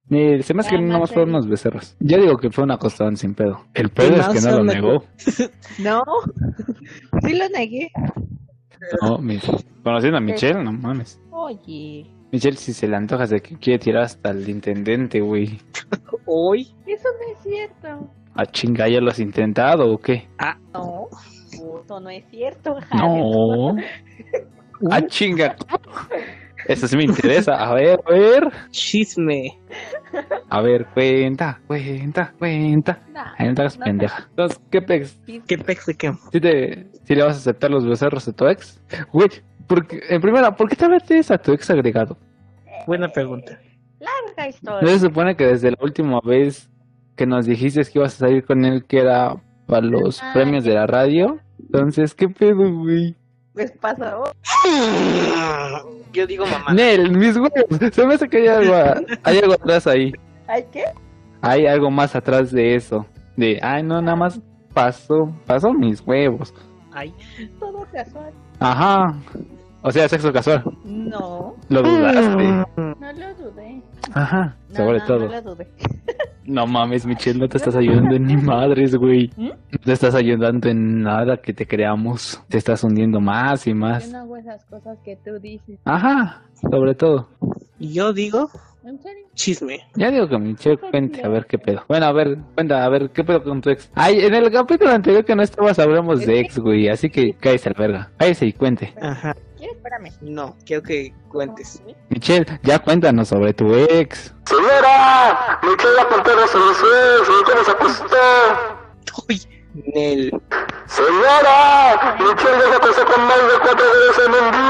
Se me hace que Ya, no más fueron Mateo. unos becerros. Yo digo que fue un acostón sin pedo. El pedo es que no lo negó. No, sí lo negué. No, conociendo a Michelle, no mames. Oye, Michelle, si se le antoja de que quiere tirar hasta el intendente, güey. Hoy. eso no es cierto. ¿A chinga ya lo has intentado o qué? No, eso no es cierto. No. ¿A chinga? Eso sí me interesa. A ver, a ver. Chisme. A ver, cuenta. Ay, no te hagas No, pendeja. Entonces, ¿qué pex? ¿Qué pex de qué? ¿Sí le vas a aceptar los becerros de tu ex? Güey, porque, en primera, ¿por qué te metes a tu ex agregado? Buena pregunta. larga ¿No historia. se supone que desde la última vez que nos dijiste que ibas a salir con él, que era para los premios de la radio? Entonces, ¿qué pedo, güey? Pues pasó. Yo digo mamá. Nel, mis huevos. Se me hace que hay algo atrás ahí. ¿Ay qué? Hay algo más atrás de eso. Ay, no, nada más pasó mis huevos. Ay. Todo casual. Ajá. O sea, sexo casual. No, Lo dudaste. no lo dudé. Ajá. No, Sobre no, todo. no lo dudé. No mames, Michelle, no te estás ayudando en ni madres, güey. ¿Mm? No te estás ayudando en nada que te creamos. Te estás hundiendo más y Yo más. no hago esas cosas que tú dices. Ajá, sobre todo. Yo digo ¿En serio? chisme. Ya digo que Michelle cuente, a ver qué pedo. Bueno, a ver, cuenta, a ver, ¿qué pedo con tu ex? Ay, en el capítulo anterior que no estabas hablamos de ex, güey, así que cállese al verga. Cállese y cuente. Ajá. ¿Quieres? Espérame. No, quiero que cuentes. Michelle, ya cuéntanos sobre tu ex. Señora, Michelle la pantera se resuelve, ¿cómo se acostó? Uy, Nel. Señora, Michelle ya se acostó con más de 4 veces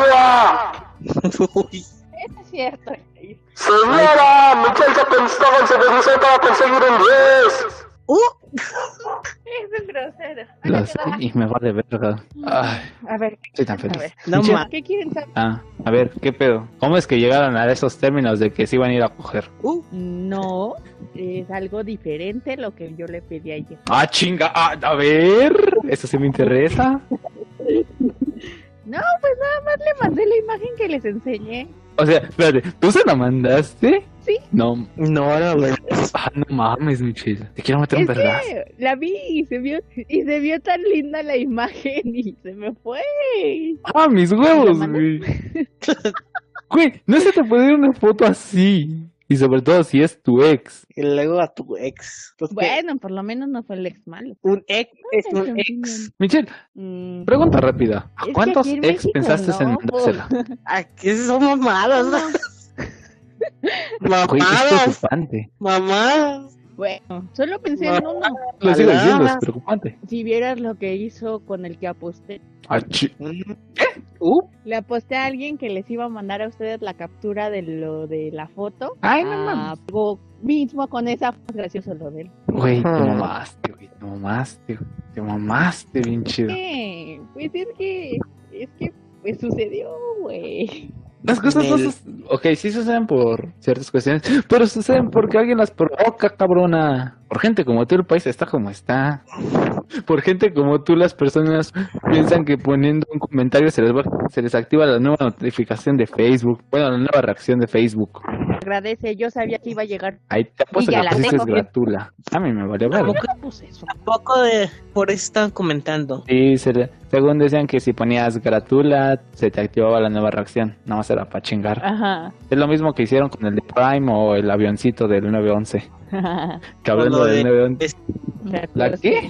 en un día. Uy. Eso es cierto. Señora, Michelle se acostó con su deseo para conseguir un 10. Es un grosero. Lo sé, y me vale verga. Ay, A ver, estoy tan a feliz. ver. No Michelle, ma. ¿Qué quieren saber? a ver, ¿qué pedo? ¿Cómo es que llegaron a esos términos de que se iban a ir a coger? No, es algo diferente lo que yo le pedí ayer. Ah, chinga, a ver, eso sí me interesa. No, pues nada más le mandé la imagen que les enseñé. O sea, espérate, ¿tú se la mandaste? Sí. No, No, güey. no mames, Michelle. Te quiero meter un Es vergazo. que la vi y se vio tan linda la imagen y se me fue. Ah, mis huevos, ¿La mando? güey. Güey, no se te puede dar una foto así. Y sobre todo si es tu ex. Y luego a tu ex. Pues, Bueno, por lo menos no fue el ex malo. un ex es Ay, un qué ex. Michelle, Mm, pregunta rápida. ¿A es que cuántos aquí en ex México pensaste en no, mandársela? Aquí son mamadas. Güey, es Mamadas. preocupante. Mamadas. Bueno, solo pensé en uno. Lo sigo diciendo, es Palabras. preocupante. Si vieras lo que hizo con el que aposté. Ah, Le aposté a alguien que les iba a mandar a ustedes la captura de lo de la foto. Ay, no mames. Algo mismo con esa foto. Gracioso lo de él. Güey, te mamaste, güey. Te mamaste, bien chido. Pues es que pues sucedió, güey. Las cosas no Nel. Ok, sí suceden por ciertas cuestiones, pero suceden porque alguien las provoca, cabrona. Por gente como tú el país está como está. Por gente como tú las personas piensan que poniendo un comentario se les activa la nueva notificación de Facebook. Bueno, la nueva reacción de Facebook. Agradece, yo sabía que iba a llegar. Ahí te apuesto Y ya que la pusiste tengo. gratula. A mí me valió verga. No puse eso. Poco de por eso están comentando. Sí, según decían que si ponías gratula, se te activaba la nueva reacción. Nada más era para chingar. Ajá. Es lo mismo que hicieron con el de Prime o el avioncito del 911. Que hablando Con lo del de- 911. ¿La qué?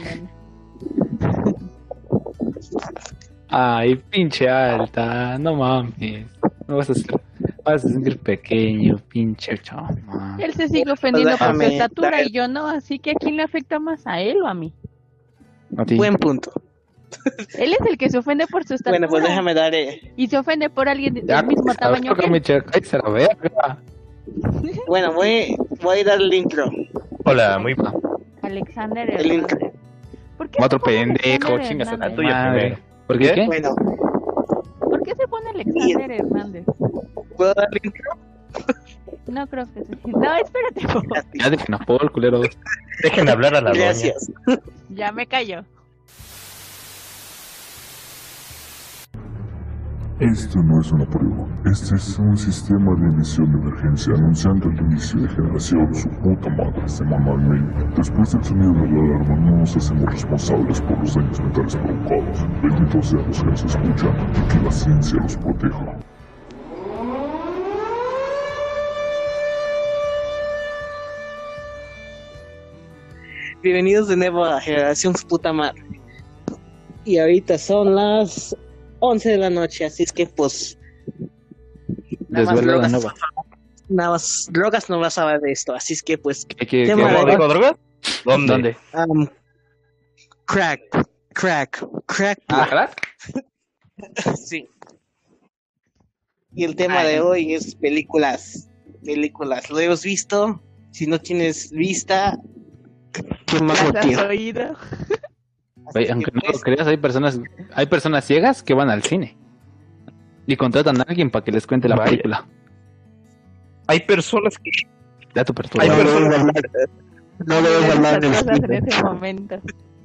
Ay, pinche alta, no mames. Me vas a sentir pequeño, pinche chama. Él se sigue ofendiendo por su Déjame estatura dar- y yo no, así que ¿a quién le afecta más? ¿A él o a mí? A ti. Buen punto. Él es el que se ofende por su estatura. Bueno, pues déjame dar. Y se ofende por alguien del Ya, mismo pues, tamaño que él. Michelle, cállese a la verga. Bueno, voy a dar el intro. Hola, muy Alexander El Hernández. ¿Por qué Otro se pone pendejo, Alexander chingas a la Hernández? tuya madre. primero. ¿Por qué? ¿Qué? Bueno, ¿Por qué se pone Alexander Hernández? ¿puedo dar el intro? No creo que se... No, espérate. po. Ya dejen a Paul, culero. Dejen hablar a la doña. Gracias. Ya me callo. Esto no es una prueba. Este es un sistema de emisión de emergencia anunciando el inicio de generación su puta madre semanalmente. Después del sonido de la alarma no nos hacemos responsables por los daños mentales provocados. Benditos sean los que nos escuchan y que la ciencia los proteja. Bienvenidos de nuevo a Generación Su Puta Madre. Y ahorita son las 11 de la noche, así es que pues... Nada más drogas no vas a ver de esto, así es que pues... ¿Qué digo drogas? ¿Dónde? Crack. ¿Ah, crack? Sí. Y el tema de hoy es películas. Lo hemos visto. Si no tienes vista, ¿qué más motivo? Oye, aunque no lo creas, hay personas ciegas que van al cine y contratan a alguien para que les cuente la película. Hay personas que... Ya tu perturba. No debes hablar en ese momento.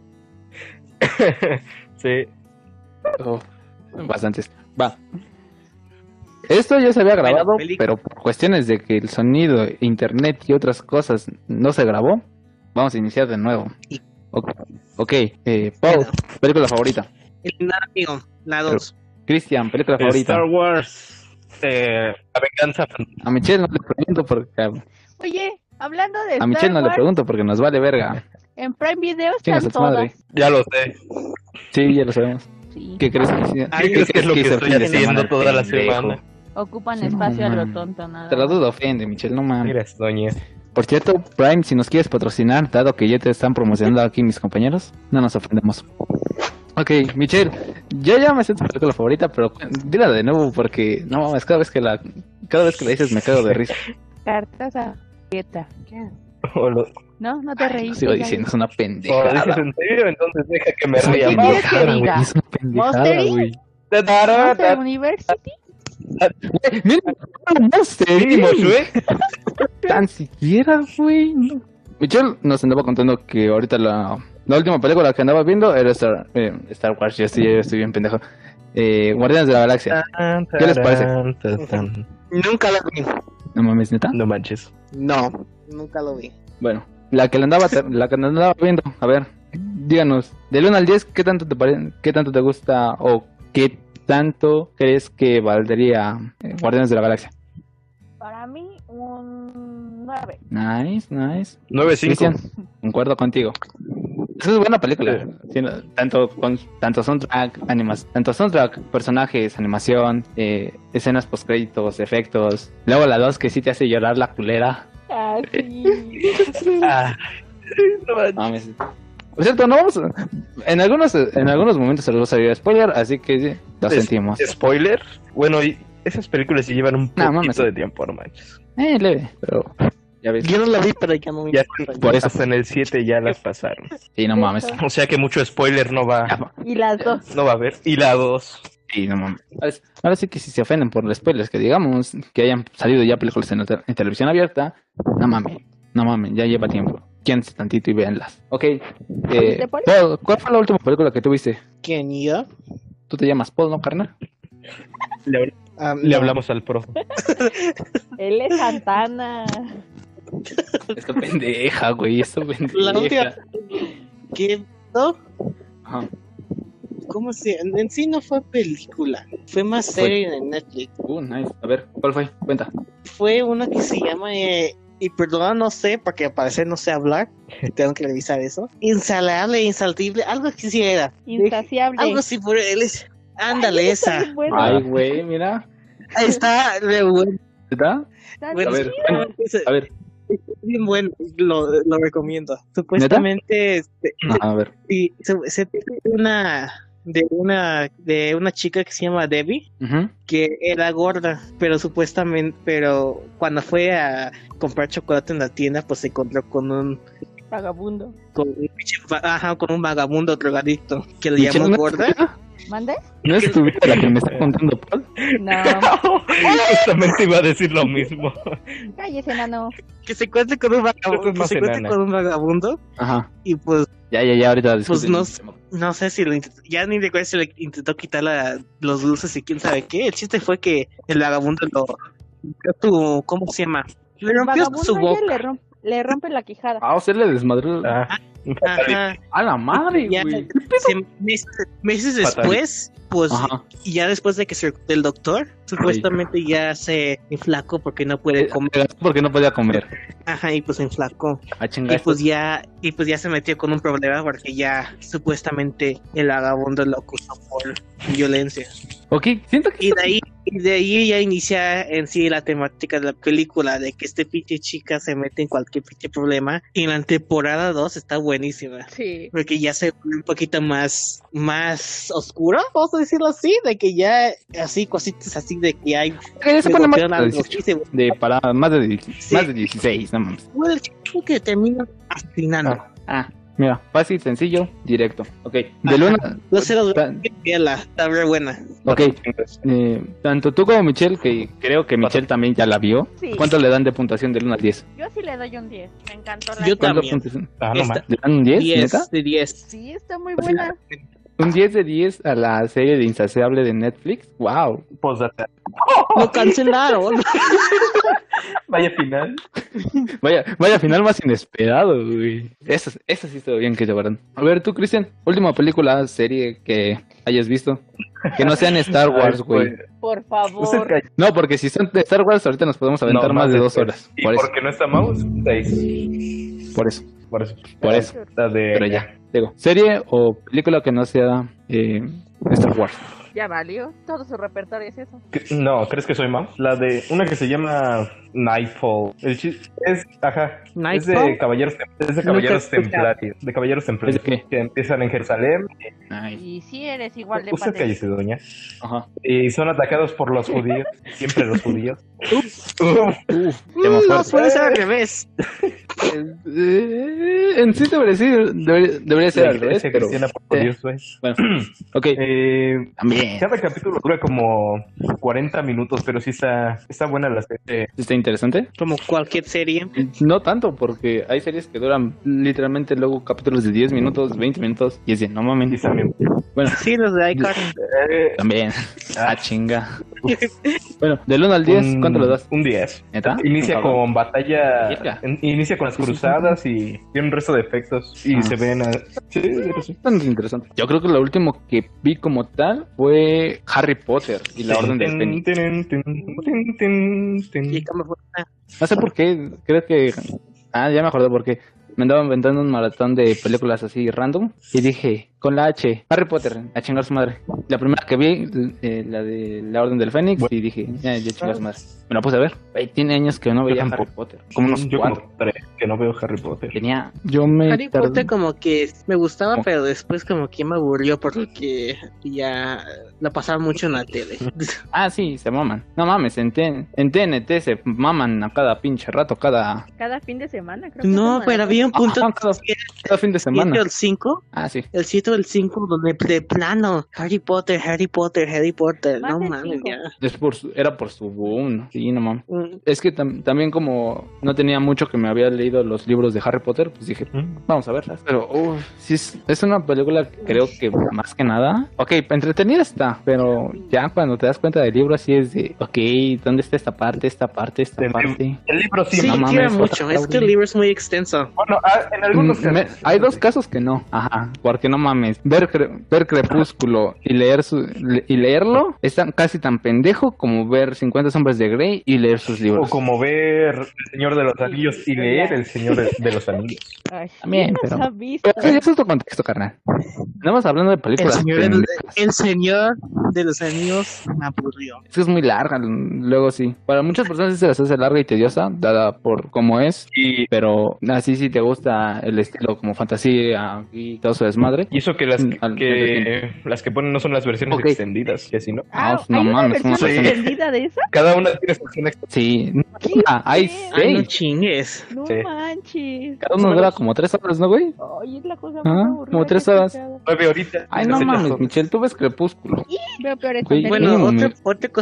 Sí. Bastantes. Va. Esto ya se había grabado, pero por cuestiones de que el sonido, internet y otras cosas no se grabó, vamos a iniciar de nuevo. Ok, Paul, película favorita. El amigo, la 2. Cristian, película favorita. Star Wars, La Venganza. A Michelle no le pregunto porque... Oye, hablando de a Michelle no le pregunto porque nos vale verga. En Prime Video Chingas están a tu madre. todas. Ya lo sé. Sí, ya lo sabemos. Sí. ¿Qué crees que ¿Qué crees que es lo que estoy haciendo toda la semana? Ocupan espacio a lo tonto, nada. Te la duda ofende, Michelle, no mames. Mira, doña. Por cierto, Prime, si nos quieres patrocinar, dado que ya te están promocionando aquí mis compañeros, no nos ofendemos. Ok, Michelle, yo ya me sé tu película favorita, pero dila de nuevo porque no mames, cada vez que la dices me cago de risa. Cartas a dieta. No te reís. Sigo diciendo, es una ¿Lo pendejada. dices en serio? Entonces deja que me ría ¿Qué más. quieres que diga? Es una pendejada, ¿Monstery? güey. Monster University. Mínimo, Shrek. Tan siquiera, güey. No. Michelle nos andaba contando que ahorita la última película que andaba viendo era Star Wars. Yo estoy bien pendejo. Guardianes de la Galaxia. ¿Qué les parece? Nunca lo vi. No mames, ¿neta? No manches. No, nunca lo vi. Bueno, la que andaba viendo, a ver, díganos, del 1 al 10, ¿qué tanto te gusta o qué tanto crees que valdría Guardianes de la Galaxia? Para mí, un 9. Nice. 9.5. Cristian, concuerdo contigo. Es buena película. Sí, tanto soundtrack, personajes, animación, escenas post créditos, efectos. Luego la 2 que sí te hace llorar la culera. Ah, sí. No Mames. Por cierto, no vamos en algunos momentos se los va a salir spoiler, así que sí, lo sentimos. ¿Spoiler? Bueno, y esas películas sí llevan un poquito de tiempo, no manches. Leve, pero ya ves. Yo no la vi, pero ya no me Ya, por eso. hasta en el 7 ya las pasaron. Sí, no mames. O sea que mucho spoiler no va. Y las 2. No va a haber. Y la 2. Sí, no mames. Ahora sí que si se ofenden por los spoilers que digamos, que hayan salido ya películas en televisión abierta, no mames, ya lleva tiempo. Quédense tantito y véanlas. Ok, Paul, ¿cuál fue la última película que tuviste? ¿Quién, yo? ¿Tú te llamas Paul, no, carnal? Le hablamos al profe. Él es Santana. Esta pendeja, güey, esta pendeja. La última. ¿Qué? ¿No? Ajá. ¿Cómo se? En sí no fue película. Fue más serie en Netflix. Nice. A ver, ¿cuál fue? Cuenta. Fue una que se llama... y perdona, no sé, porque al parecer no sé hablar. Tengo que revisar eso. Insalable, insaltible, algo así sí era. Insaciable. Algo así por él. Ándale, Ay, esa. bueno. Ay, güey, mira. Ahí está, re bueno. ¿Está? Bueno, A ver. Bien bueno, lo recomiendo. Supuestamente, A ver. sí, se trata de una chica que se llama Debbie, que era gorda, pero supuestamente, cuando fue a comprar chocolate en la tienda, pues se encontró con un vagabundo. Con un vagabundo drogadicto que le llamó gorda. ¿Mande? ¿No es tu vida la que me está contando, Paul? No. Justamente iba a decir lo mismo. Cállese, enano. Que se encuentre con un vagabundo. Ajá. Y pues Ya, ahorita pues no sé si ya ni recuerdo si le intentó quitar los dulces y quién sabe qué. El chiste fue que el vagabundo ¿cómo se llama? Le rompió su boca. Le rompe la quijada. O sea, le desmadró. Ajá. A la madre, güey. Meses después, pues, y ya después de que se recuperó el doctor, supuestamente ya se enflacó porque no puede comer. Porque no podía comer. Ajá, y pues se enflacó. Y pues ya se metió con un problema porque ya supuestamente el vagabundo lo acusó por violencia. Ok, siento que... Y de ahí ya inicia en sí la temática de la película, de que pinche chica se mete en cualquier pinche problema. Y en la temporada 2 está buenísima. Sí. Porque ya se pone un poquito más oscuro, vamos a decirlo así, de que ya así, cositas así de que hay... Que ya se pone para más de 16, no mames. Bueno, el chico que termina asesinando. Mira, fácil, sencillo, directo. Ok, de Luna. Está muy buena. Ok, tanto tú como Michelle, que creo que Michelle también ya la vio. Sí. ¿Cuánto le dan de puntuación del 1 al 10? Yo sí le doy un 10. Me encantó Yo también. ¿Le dan un 10? 10 de 10. Sí, está muy buena. Un 10 de 10 a la serie de Insaciable de Netflix. ¡Wow! Lo cancelaron. Vaya final. Vaya final más inesperado, güey. Esa sí estuvo bien que llevaron. A ver, tú, Cristian, última película, serie que hayas visto. Que no sean Star Wars, güey. Por favor. No, porque si son de Star Wars, ahorita nos podemos aventar más de 2 horas. ¿Y porque no está Mouse? 6. Por eso. Pero ya. Digo, serie o película que no sea Star Wars. Ya valió, todo su repertorio es eso. No, ¿crees que soy Mouse? La de una que se llama Nightfall. Es de caballeros templarios. De caballeros templarios que empiezan en Jerusalén. Y si eres igual de Usted cállese, doña. Ajá. Y son atacados por los judíos. Siempre los judíos. No, puede ser al revés. En sí debería ser al revés, pero... Bueno, ok. También. Cada capítulo dura como 40 minutos, pero sí está buena la serie. ¿Está interesante? Como cualquier serie. No tanto, porque hay series que duran literalmente luego capítulos de 10 minutos, 20 minutos, y es de no mames. Bueno, sí, los de iCarly. También. Chinga. Bueno, del 1 al 10, ¿cuánto le das? Un 10. ¿Neta? Inicia con batalla. Inicia con las cruzadas y tiene un resto de efectos. Y se ven. Sí, bastante interesante. Yo creo que lo último que vi como tal fue Harry Potter y la Orden del Fénix. No sé por qué, creo que... ya me acordé por qué. Me andaba inventando un maratón de películas así random y dije, con la H, Harry Potter, a chingar su madre. La primera que vi, la de la Orden del Fénix, y dije, ya chingar su madre. Me la puse a ver. Tiene años que no veía Harry Potter. Como unos 4. Como 3 que no veo Harry Potter. Harry Potter como que me gustaba, pero después como que me aburrió porque ya la pasaba mucho en la tele. Sí, se maman. No mames, en TNT se maman a cada pinche rato, cada fin de semana, creo que no, pero había un punto cada fin de semana. ¿El 5? Sí. El 7 o el 5 donde de plano Harry Potter. No mames, ya. Era por su boom. Sí, no mames. Es que también como no tenía mucho que me había leído los libros de Harry Potter, pues dije, vamos a verlas. Pero sí es una película que creo que más que nada, entretenida está, pero ya cuando te das cuenta del libro así es de, ¿dónde está esta parte? El libro sí no mames, tiene mucho, es que el libro es muy extenso. Bueno, en algunos casos. Hay 2 casos que no, porque no mames, ver Crepúsculo y leerlo es casi tan pendejo como ver 50 sombras de Grey y leer sus libros. O como ver El Señor de los Anillos y leer El Señor de los Anillos. También, pero eso es otro contexto, carnal. Estamos hablando de películas. El Señor de los Anillos me aburrió. Es muy larga, luego sí. Para muchas personas se las hace larga y tediosa, dada por cómo es, pero así sí te gusta el estilo como fantasía y todo su desmadre. Y eso que las que ponen no son las versiones extendidas, y así, ¿no? No mames, ¿una versión extendida de esa? Cada una tiene su versión extendida. Sí. Hay 6. No chingues. No manches. Cada uno dura como 3 horas, ¿no, güey? Ay, es la cosa más aburrida. Como 3 horas. 9 horitas. Ay, no mames, Michelle, tú ves Crepúsculo. Veo peores Güey, contenidos. Bueno,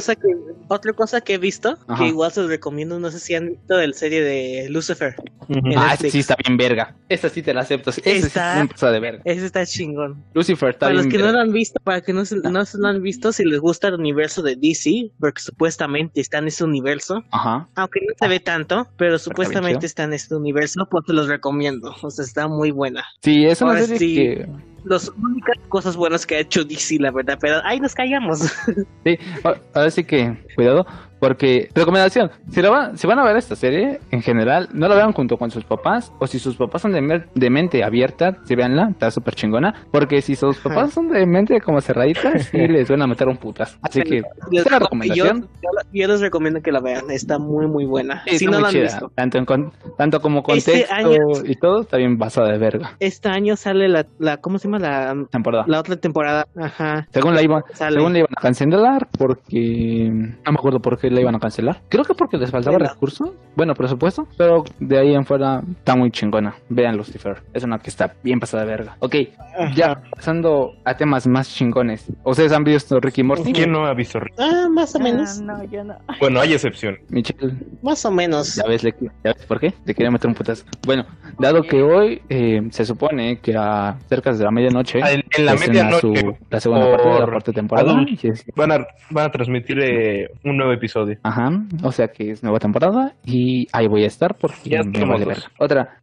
otra cosa que he visto, Ajá. que igual se los recomiendo, no sé si han visto la serie de Lucifer. Esa sí está bien verga. Esa sí te la acepto. Esa sí está bien pasada de verga. Ese está chingón. Lucifer está Para bien los que no verga. lo han visto, para que no se lo han visto, si les gusta el universo de DC, porque supuestamente está en ese universo, Ajá. aunque no se ve tanto, pero bien supuestamente chido. está en este universo, pues se los recomiendo. O sea, está muy buena. Sí, es una Ahora serie sí. que... Las únicas cosas buenas que ha hecho DC, la verdad, pero ahí nos callamos. Sí, ahora sí que cuidado, porque recomendación, si van a ver esta serie, en general, no la vean junto con sus papás, o si sus papás son de mente abierta, si veanla, está súper chingona, porque si sus papás son de mente como cerradita, sí les van a meter un putas. Así que, esa es la recomendación. Yo les recomiendo que la vean, está muy muy buena. Sí, Si está no muy la han chida, visto. tanto como contexto Este año- y todo, está bien basada de verga. Este año sale la ¿cómo se llama? Temporada. La otra temporada. Ajá. Según la iban Sale. a cancelar porque no me acuerdo por qué la iban a cancelar. Creo que porque les faltaba Bueno. recursos, bueno, presupuesto, pero de ahí en fuera está muy chingona. Vean Lucifer, es una que está bien pasada de verga. Ok, ya pasando a temas más chingones. ¿Ustedes han visto Ricky Morty? ¿Quién no ha visto Rick? Más o menos. No, yo no. Bueno, hay excepción. Michelle, Más o menos. ya ves por qué? Te quería meter un putazo. Bueno, dado que hoy se supone que a cerca de la medianoche En la se estrena medianoche, la segunda parte de la por cuarta temporada. adultos. Y es- van a transmitir un nuevo episodio. Ajá, o sea que es nueva temporada y ahí voy a estar porque Ya me somos vale dos. verga. Otra,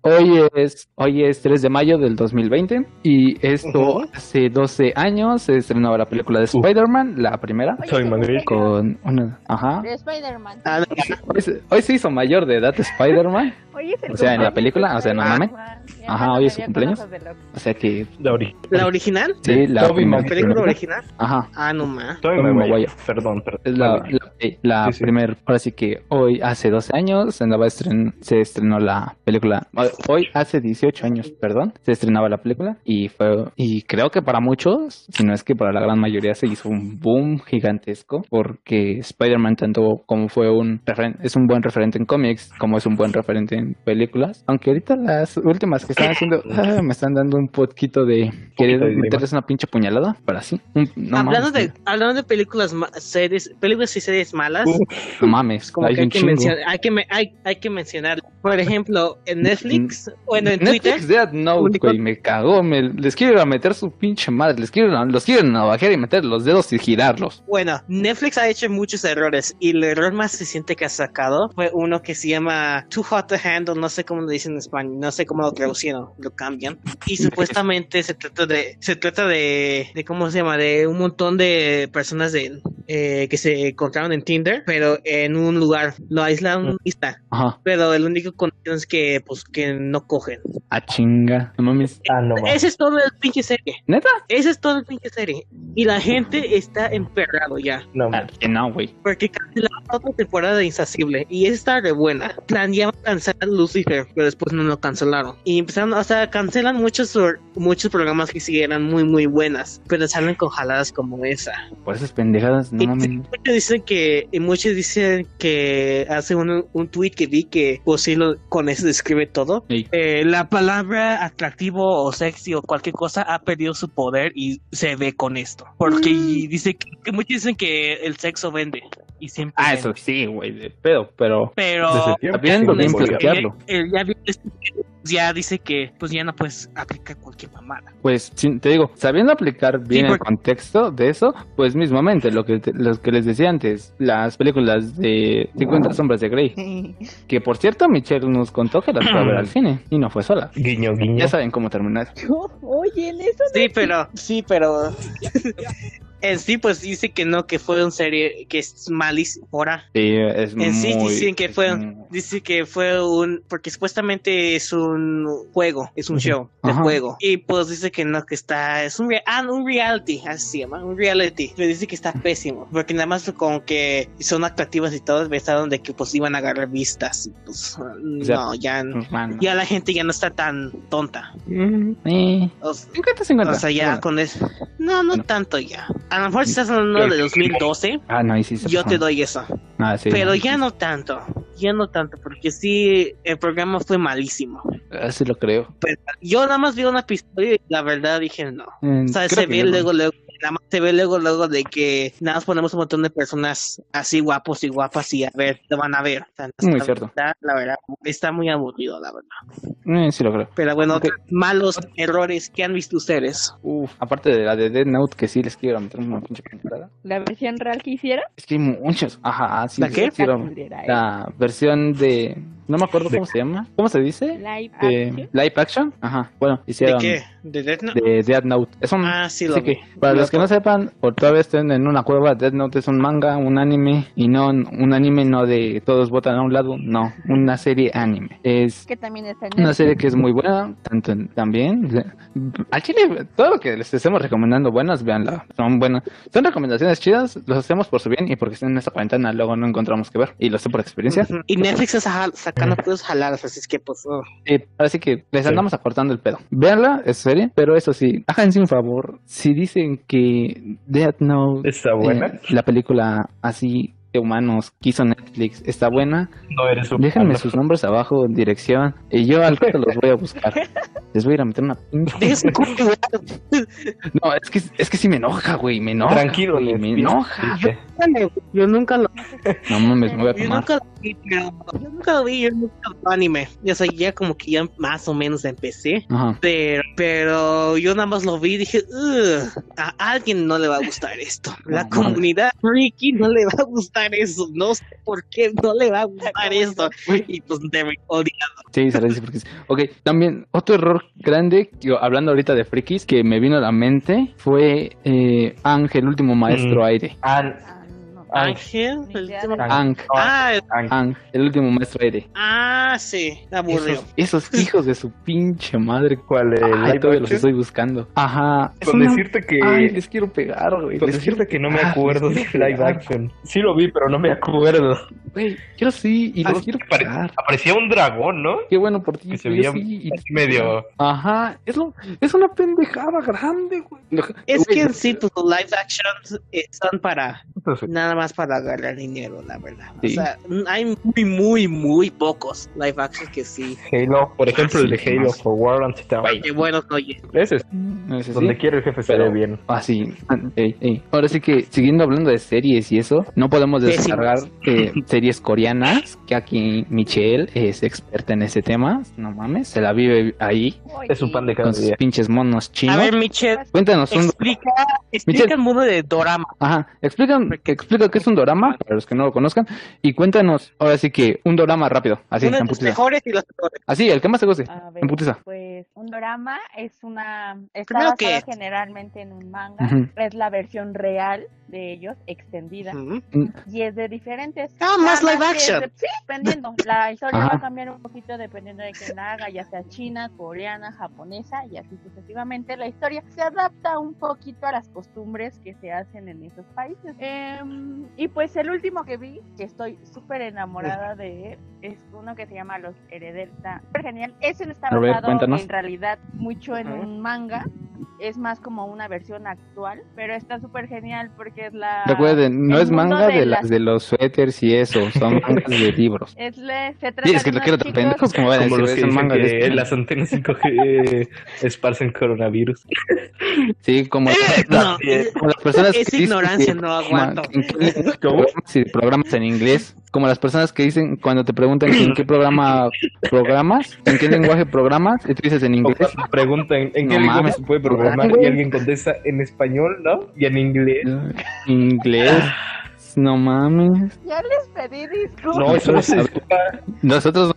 hoy es 3 de mayo del 2020 y esto hace 12 años se estrenaba la película de Spider-Man, la primera, Soy Madrid. con una... Ajá. De Spider-Man. Ah, no. Hoy se hizo mayor de edad Spider-Man, Oye, es el o sea, en la cumpleaños película, de o sea, no Spider-Man. mames. Ya Ajá, no hoy es su sabía cumpleaños. cosas de loco. o sea que... ¿La original? Sí, la Tobey primera. ¿La película original? Ajá. Ah, no más. Tobey Tobey Maguire. Maguire. Perdón. Es la Sí, sí. primera, ahora sí que hoy hace 12 años se estrenó la película. Hoy hace 18 años, perdón, se estrenaba la película y creo que para muchos, si no es que para la gran mayoría se hizo un boom gigantesco porque Spider-Man tanto como fue es un buen referente en cómics como es un buen referente en películas, aunque ahorita las últimas que están haciendo me están dando un poquito de querer de dilema. meterles una pinche puñalada, para así. No hablando mames, hablando de películas películas y series malas, no mames, como hay que un chingo. hay que mencionar, por ejemplo, en Netflix, bueno, en Twitter, Netflix Death Note, güey, me cagó, les quiero ir a meter su pinche madre, los quiero navajear y meter los dedos y girarlos. bueno, Netflix ha hecho muchos errores y el error más reciente que ha sacado fue uno que se llama Too Hot to Handle, no sé cómo lo dicen en español, no sé cómo lo traducieron, lo cambian, y supuestamente se trata de ¿cómo se llama? De un montón de personas que se encontraron en Tinder, pero en un lugar, lo aíslan una isla, Ajá, pero el único condición es que, pues, que no cogen. a chinga, no mames. No más. Ese es todo el pinche serie. ¿Neta? Ese es todo el pinche serie. Y la gente está emperrado ya. No Ah, más. que no, güey. Porque cancelaron otra temporada de Insacible. Y esa está re buena. Planeaban cancelar Lucifer, pero después no lo cancelaron. Y empezaron, o sea, cancelan muchos programas que sí eran muy, muy buenas. Pero salen con jaladas como esa. Por esas pendejadas, no Y mames. muchos dicen que hace un tweet que vi que pues sí con eso describe todo. Sí. La palabra atractivo o sexy o cualquier cosa ha perdido su poder y se ve con esto. Porque dice que muchos dicen que el sexo vende. Y siempre Ah, vende. eso sí, güey, de pedo, pero Pero Desde tiempo. sabiendo Sí, bien porque- plantearlo. ya dice que pues ya no puedes aplicar cualquier mamada. Pues sí, te digo, sabiendo aplicar bien el porque- contexto de eso, pues mismamente lo que les decía antes, las películas de 50 sombras de Grey, que por cierto Michelle nos contó que las fue a ver al cine y no fue sola. Guiño, guiño. Ya saben cómo terminar. Oye, en eso Sí, pero en sí pues dice que no, que fue un serie que es malísimo. Sí, es En sí muy... dicen que dice que fue porque supuestamente es un juego, es un show de Ajá. juego. Y pues dice que no, que es un reality, así se llama, un reality. Pero dice que está pésimo, porque nada más como que son atractivas y todo, pensaron de que pues iban a agarrar vistas. Y pues sea, no, Mano. ya la gente ya no está tan tonta. Sí. O, 50-50. o sea, ya Bueno. con eso. No Bueno. tanto ya. A lo mejor si estás hablando de 2012, Ah, no, ahí sí se yo pasó. te doy eso. Ah, sí. Pero ya no tanto, porque porque sí, el programa fue malísimo. Así lo creo. Pero yo nada más vi una episodio y la verdad dije no. O sea, se ve luego, nada más se ve luego de que nada más ponemos un montón de personas así guapos y guapas y a ver, te van a ver. O sea, muy cierto. La verdad, está muy aburrido, la verdad. Sí lo creo. Pero bueno, malos errores que han visto ustedes. Aparte de la de Death Note, que sí les quiero meter una pinche temporada. ¿La versión real que hiciera? Es que hay muchos. Ajá, sí. ¿La qué? La versión de... No me acuerdo cómo se llama. ¿Cómo se dice? Live action. Ajá. Bueno, hicieron... ¿De qué? ¿De Death Note? De Death Note. Es un... sí, lo vi. Para los que no sepan, o todavía estén en una cueva, Death Note es un manga, un anime, y no un anime no de todos votan a un lado, no, una serie anime. Es que también está una serie que es muy buena, también. Al chile, todo lo que les estemos recomendando buenas, véanla, son buenas. Son recomendaciones chidas, los hacemos por su bien y porque en esta cuarentena luego no encontramos que ver, y lo sé por experiencia. Y Netflix está sacando puros jaladas, así es que pues... Así que les andamos acortando el pedo. Véanla, es serie, pero eso sí, háganse un favor, si dicen que Death Note está buena, la película así de humanos que hizo Netflix está buena, no eres un déjenme humano. sus nombres abajo en dirección y yo al rato los voy a buscar. Les voy a ir a meter una pinche. No, es que sí me enoja, güey, me enoja. Tranquilo, güey, me enoja. Yo nunca lo... No mames, me voy a quemar. Yo nunca lo vi anime. O sea, ya como que ya más o menos empecé. Ajá. Pero yo nada más lo vi y dije, a alguien no le va a gustar esto. La comunidad freaky no le va a gustar eso. No sé por qué no le va a gustar eso. Y pues me odiado. Sí, se le dice frikis. Ok, también otro error grande, hablando ahorita de frikis, que me vino a la mente fue Ángel, el último maestro aire. Ángel, el último maestro aire. Sí, aburrido. Esos hijos de su pinche madre. ¿Cuál es? Todavía los estoy buscando. Ajá. Con decirte que... Ay, les quiero pegar, güey. Con decirte que no me acuerdo de live action. Sí lo vi, pero no me acuerdo. Güey, yo sí, y les quiero pegar. Aparecía un dragón, ¿no? Qué bueno por ti. Que se veía medio... Ajá, es una pendejada grande, güey. Es que en sí, pues los live actions son para... Nada más para agarrar dinero, la verdad. Sí. O sea, hay muy pocos live action que sí. Halo, por ejemplo, el de Halo for War on Titan. Qué bueno, oye. Ese es donde quiere el jefe se ve bien. Sí. Ahora sí que, siguiendo hablando de series y eso, no podemos descargar series coreanas, que aquí Michelle es experta en ese tema. No mames, se la vive ahí. Es un pan de cada con sus día. pinches monos chinos. A ver, Michelle, cuéntanos explica el mundo de dorama. Ajá, explica qué es un dorama, para los que no lo conozcan, y cuéntanos, ahora sí que, un dorama rápido, así, uno de los mejores y los peores. Así, el que más te guste, en putiza. Pues, un dorama está basado generalmente en un manga, es la versión real de ellos, extendida, y es de diferentes... más live action. Sí, dependiendo, la historia va a cambiar un poquito dependiendo de quién la haga, ya sea china, coreana, japonesa, y así sucesivamente. La historia se adapta un poquito a las costumbres que se hacen en esos países. Y pues el último que vi, que estoy súper enamorada de, es uno que se llama Los Herederos. Está súper genial. Ese no está basado en realidad mucho en un manga, es más como una versión actual, pero está súper genial porque es la... Recuerden, no es manga de las de los suéteres y eso, son mangas de libros. Se trata es que lo quiero tan pendejos como van a decir, es un manga de las antenas 5G esparcen coronavirus. Sí, como las personas es que ignorancia, no aguanto. Si programas en inglés, como las personas que dicen cuando te preguntan en qué programa programas, en qué lenguaje programas, y tú dices en inglés. Preguntan en qué lenguaje se puede programar y alguien contesta en español, ¿no? Y en inglés. Inglés. No mames. Ya les pedí disculpas. No, eso no se disculpa. Nosotros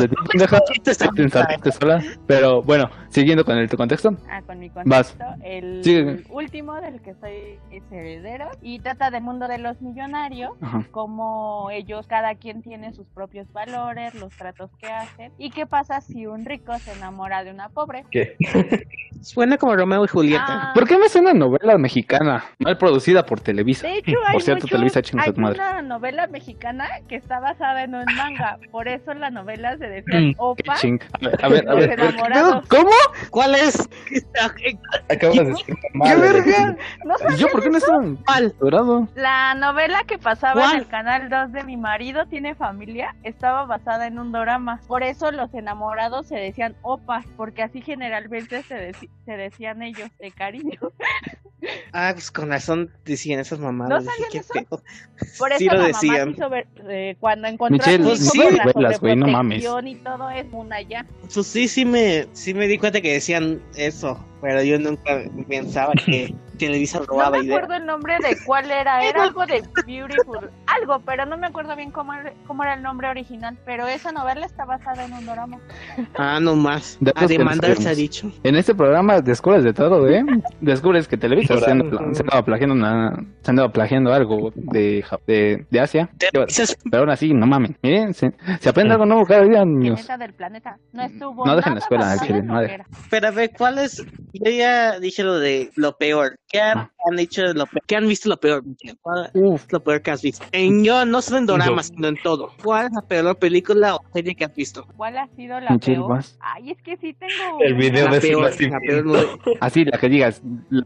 no sola. Pero bueno, siguiendo con tu contexto. Con mi contexto. El último del que soy es heredero y trata del mundo de los millonarios, como ellos, cada quien tiene sus propios valores, los tratos que hacen. ¿Y qué pasa si un rico se enamora de una pobre? ¿Qué? Suena como Romeo y Julieta. ¿Por qué me suena novela mexicana? Mal producida por Televisa. De hecho, por cierto, Televisa chingada hay una novela mexicana que está basada en un manga, por eso la novela se decía Opa. A ver. ¿Cómo? ¿Cuál es? Acabas de decir ¿Qué verga? ¿Yo por qué no estaba dorado? La novela que pasaba en el canal 2 de mi marido tiene familia estaba basada en un dorama, por eso los enamorados se decían Opas, porque así generalmente se decían ellos de cariño. Ah, pues con razón decían esas mamadas. ¿No sabían eso? Feo. Por eso sí la lo mamá decían. quiso ver, cuando encontró Michelle, a su hijo sí, con la novelas, güey, no mames. sobreprotección y todo es una ya. Pues sí me di cuenta que decían eso, pero yo nunca pensaba que Televisa robaba No me ideas. acuerdo el nombre de cuál era algo de Beautiful, algo, pero no me acuerdo bien cómo era el nombre original, pero esa novela está basada en un dorama. Ah, no más. Datos A que demandar descubrimos. se ha dicho. En este programa descubres de todo, ¿eh? Descubres que Televisa se andaba plagiando algo de Asia. Pero aún así, no mames. Miren, se aprende algo nuevo cada día, niños. Planeta del planeta. No estuvo. No dejen la nada escuela, basado Chile, en no lo que dejen. era. Pero a ver, ¿cuál es? Yo ya dije lo de lo peor. ¿Qué han dicho de lo peor? ¿Qué han visto lo peor? ¿Cuál es lo peor que has visto? No solo en doramas, sino en todo. ¿Cuál es la peor película o serie que has visto? ¿Cuál ha sido la Michelle, peor? vas. Ay, es que sí tengo. El video La de su peor, nacimiento. Así, la que digas.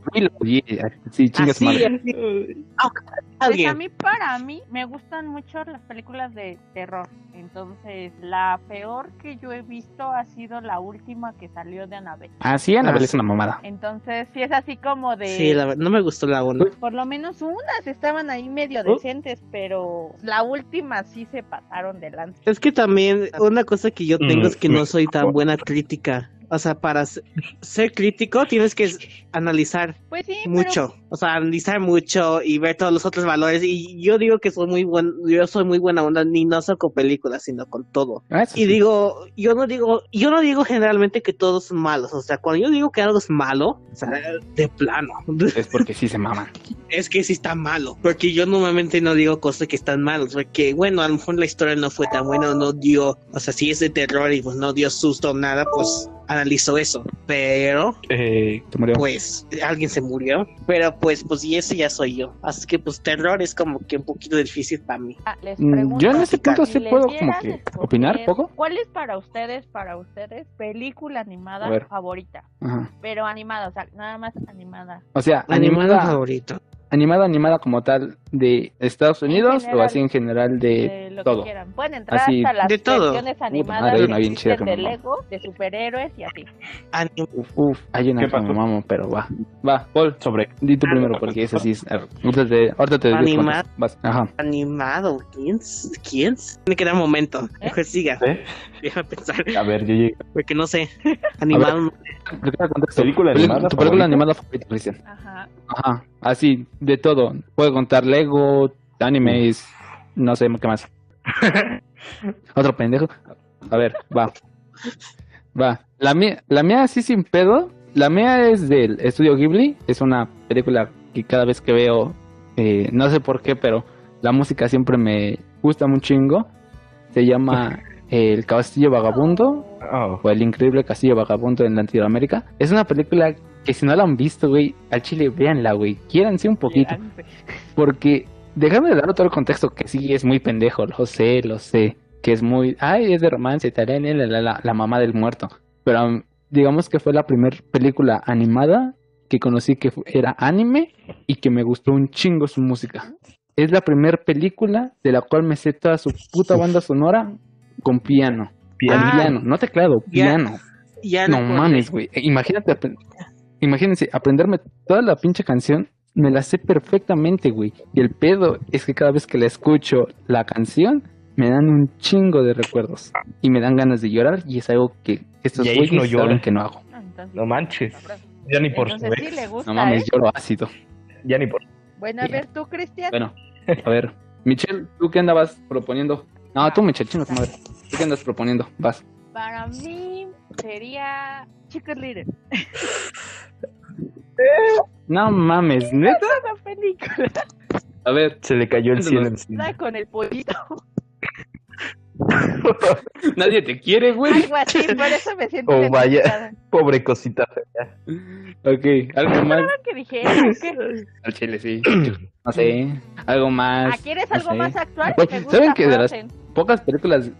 Sí, chingas Así, madre. así. Pues para mí, me gustan mucho las películas de terror. Entonces, la peor que yo he visto ha sido la última que salió de Annabelle. Sí, Annabelle es una mamada. Entonces, sí es así como de... Sí, no me gustó la una. Por lo menos unas estaban ahí medio decentes, pero la última sí se pasaron de lanza. Es que también una cosa que yo tengo es que no soy tan buena crítica. O sea, para ser crítico tienes que analizar Pues sí, mucho. O sea, analizar mucho y ver todos los otros valores. Y yo digo que soy muy buena onda, ni no solo con películas, sino con todo. Y digo, yo no digo generalmente que todos son malos. O sea, cuando yo digo que algo es malo, o sea, de plano. Es porque sí se maman. Es que sí está malo. Porque yo normalmente no digo cosas que están malas. Porque, bueno, a lo mejor la historia no fue tan buena, no dio, o sea, si es de terror y pues no dio susto o nada, pues analizo eso, pero pues alguien se murió, pero pues y ese ya soy yo, así que pues terror es como que un poquito difícil para mí. Les pregunto, yo en ese punto sí puedo como que escoger, opinar poco. ¿Cuál es para ustedes película animada favorita? Ajá. Pero animada, o sea, nada más animada. O sea, animada favorita. Animada como tal de Estados Unidos general, o así en general de lo todo. Que quieran. Pueden entrar así, hasta las de todo. versiones animadas madre, hay una bien que chida existen que de me Lego, de superhéroes y así. Hay una que me mamo, pero va, Paul, di tú primero porque ese sí es, ahorita te digo. Animado, ¿quién? Tiene que dar un momento, mejor siga. Déjame pensar. A ver, yo llego. Porque no sé, animado. ¿Película animada? ¿Tu película animada favorita, Cristian? Ajá, así, de todo. Puedo contar Lego, animes, no sé qué más. Otro pendejo. A ver, va. La mía sí sin pedo. La mía es del estudio Ghibli. Es una película que cada vez que veo, no sé por qué, pero la música siempre me gusta un chingo. Se llama El Castillo Vagabundo o El Increíble Castillo Vagabundo en Latinoamérica. Es una película que si no la han visto, güey, al chile véanla, güey. Quiéranse un poquito. Porque déjame dar todo el contexto, que sí es muy pendejo, lo sé. Que es muy, es de romance, la mamá del muerto. Pero digamos que fue la primera película animada que conocí que era anime y que me gustó un chingo su música. Es la primera película de la cual me sé toda su puta banda sonora con piano. Piano, no teclado, piano. No mames, güey. Imagínense, aprenderme toda la pinche canción, me la sé perfectamente, güey. Y el pedo es que cada vez que la escucho la canción, me dan un chingo de recuerdos. Y me dan ganas de llorar, y es algo que estos güeyes saben que no hago. No manches. Ya ni por entonces, sí le gusta, no mames, lloro ácido. Ya ni por. Bueno, a ver, tú, Cristian. Bueno, a ver. Michelle, ¿tú qué andabas proponiendo? No, tú, Michelle, chinga tu madre. ¿Tú qué andas proponiendo? Vas. Para mí sería Chicken Little. No mames, ¿neta? Es una película. A ver, se le cayó el cielo encima. Con el pollito. Nadie te quiere, güey. Algo así, por eso me siento vaya. Pobre cosita fea. Ok, algo más. ¿Qué dijeron? ¿Qué? Al chile, sí. No sé. Algo más. ¿Quieres no algo sé. más actual? Güey, ¿Te gusta ¿saben que de las Frozen? pocas películas.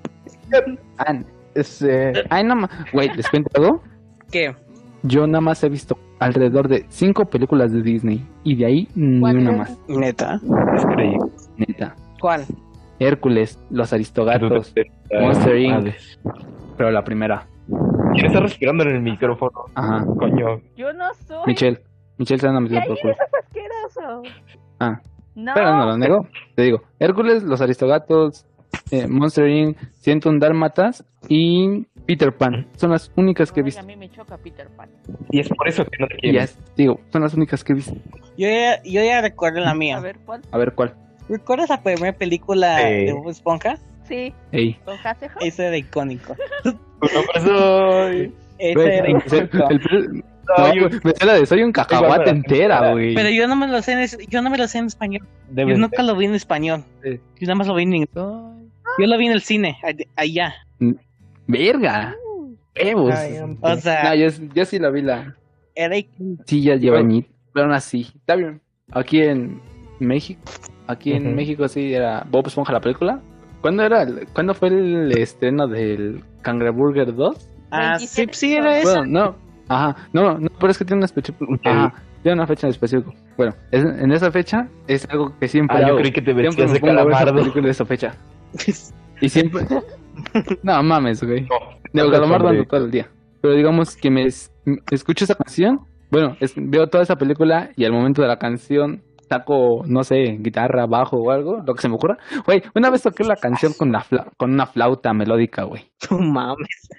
Ay, no más. Güey, ¿les cuento algo? ¿Qué? Yo nada más he visto alrededor de 5 películas de Disney. Y de ahí ni ¿Cuántas? una más. ¿Neta? Es creíble. Neta. ¿Cuál? Hércules, Los Aristogatos, Monster Inc. Madre. Pero la primera. ¿Quién está respirando en el micrófono? Ajá. Coño. Yo no soy. Michelle se anda metiendo por culo. ¡Eso es asqueroso! Ah, No. pero no lo nego. Te digo, Hércules, Los Aristogatos, Monster Inc., 101 Dálmatas y Peter Pan. Son las únicas que he Ay, visto. a mí me choca Peter Pan. Y es por eso que no te Y quiero. ya, digo, son las únicas que he visto. Yo ya recuerdo la A mía. ver, ¿cuál? A ver, ¿cuál? ¿Recuerdas la primera película Sí. de Bob Esponja? Sí, Ey. ¿con Haseho? Eso era icónico. No soy. Eso Güey, era icónico. no, güey, me sé la de soy un cacahuate entera, güey. Pero yo no me lo sé en español. Yo nunca lo vi en español. Sí. Yo nada más lo vi en inglés. Yo lo vi en el cine, allá. Verga. Huevos. O sea, No, yo sí la vi era icónico. Sí, ya lleva añitos, pero aún así. Está bien. Aquí en México, Ujú. México sí era Bob Esponja la película. ¿Cuándo fue el estreno del Cangreburger 2? Ah, sí, 27. sí era eso. Bueno, no. Ajá, no, pero es que tiene una Ajá, tiene una fecha en específico. Bueno, en esa fecha es algo que siempre Yo hago. creí que te Siempre vestías me de pongo a ver esa calamardo. película de esa fecha. Y siempre... No, mames, güey. No, De Calamardo hombre. ando todo el día. Pero digamos que escucho esa canción. Bueno, veo toda esa película y al momento de la canción saco, no sé, guitarra, bajo o algo, lo que se me ocurra. Güey, una vez toqué la canción con una flauta melódica, güey. No mames.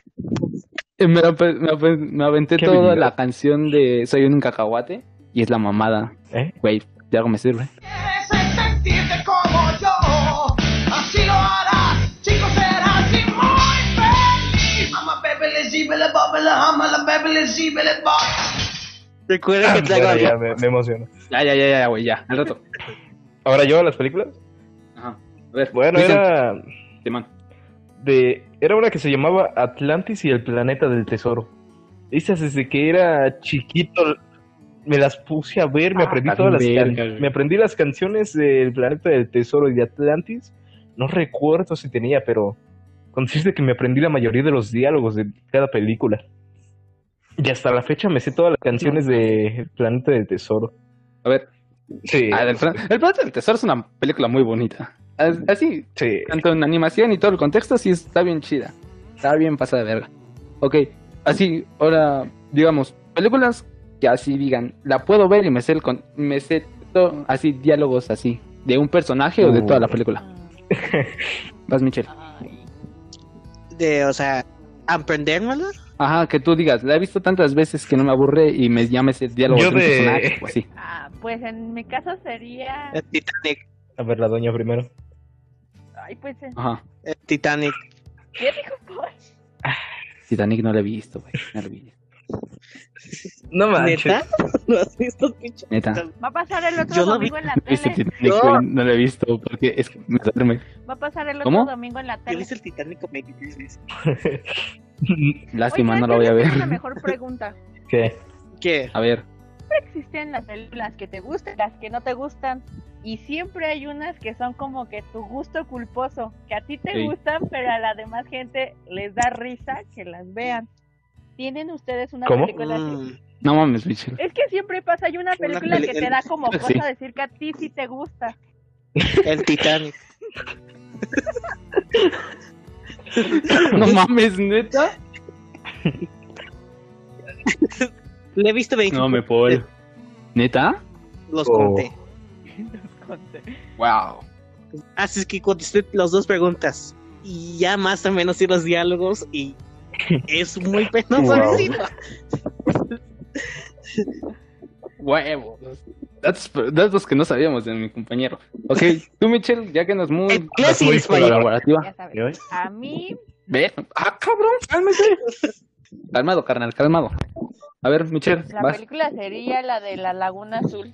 Y me aventé Qué toda habilidad. la canción de Soy un cacahuate y es la mamada. ¿Eh? Güey, de algo me sirve. Quieres sentirte como yo, así lo harás, chicos, serás y muy feliz. I'm a baby, let's see, bele, bubble, I'm a baby, let's see, bele, bubble. Recuerda que te Bueno, hago ya me emociono. Ya, güey, ya, al rato. Ahora yo, las películas. Ajá. A ver, Bueno, dicen- era Simón. era una que se llamaba Atlantis y el planeta del tesoro. Esas desde que era chiquito me las puse a ver, me aprendí está todas bien las verga, güey. me aprendí las canciones del planeta del tesoro y de Atlantis. No recuerdo si tenía, pero consiste que me aprendí la mayoría de los diálogos de cada película. Y hasta la fecha me sé todas las canciones de Planeta del Tesoro. A ver, Sí, el Planeta del Tesoro es una película muy bonita. Así, sí. tanto en animación y todo el contexto, sí está bien chida. Está bien pasada de verga. Ok, así, ahora, digamos, películas que así digan, la puedo ver y me sé todo, así, diálogos así, de un personaje o de toda la película. Vas, Michelle. o sea, aprendérmelo. Ajá, que tú digas, la he visto tantas veces que no me aburre y ya me sé diálogos Yo de un de- personaje o así. Pues en mi caso sería... El Titanic. A ver, la doña primero. Ay, pues... Ajá, El Titanic. ¿Qué dijo Paul? Titanic no la he visto, güey, no la he visto. No manches. ¿Neta? ¿Lo has visto, pinche? Neta. Va a pasar el otro Yo no vi- domingo en la No he visto tele. Titanic, No. güey, no la he visto porque es que me duerme. Va a pasar el otro ¿Cómo? domingo en la ¿Ya tele. viste el Titanic como 23 veces? Lástima, Oigan, no la yo voy a les ver. tengo una mejor pregunta. ¿Qué? ¿Qué? A ver, Siempre existen las películas que te gustan, las que no te gustan, y siempre hay unas que son como que tu gusto culposo, que a ti te Sí. gustan, pero a la demás gente les da risa que las vean. ¿Tienen ustedes una ¿Cómo? película así? no mames, Michelle. Es que siempre pasa, hay una película que te da como Sí. cosa decir que a ti sí te gusta. El Titanic. No mames, neta. Le he visto 20. No me puedo. ¿Neta? Los Oh. conté. Wow. Así es que contesté las dos preguntas. Y ya más o menos sí los diálogos. Y es muy penoso Wow. decirlo. Huevos. Datos que no sabíamos de mi compañero. Ok, tú, Michelle, ya que andas muy, Inglés y muy español. colaborativa. Ya sabes. ¿Y hoy? A mí, Ve. Ah, cabrón, cálmese. Calmado, carnal, calmado. A ver, Michelle, la vas. película sería la de La Laguna Azul.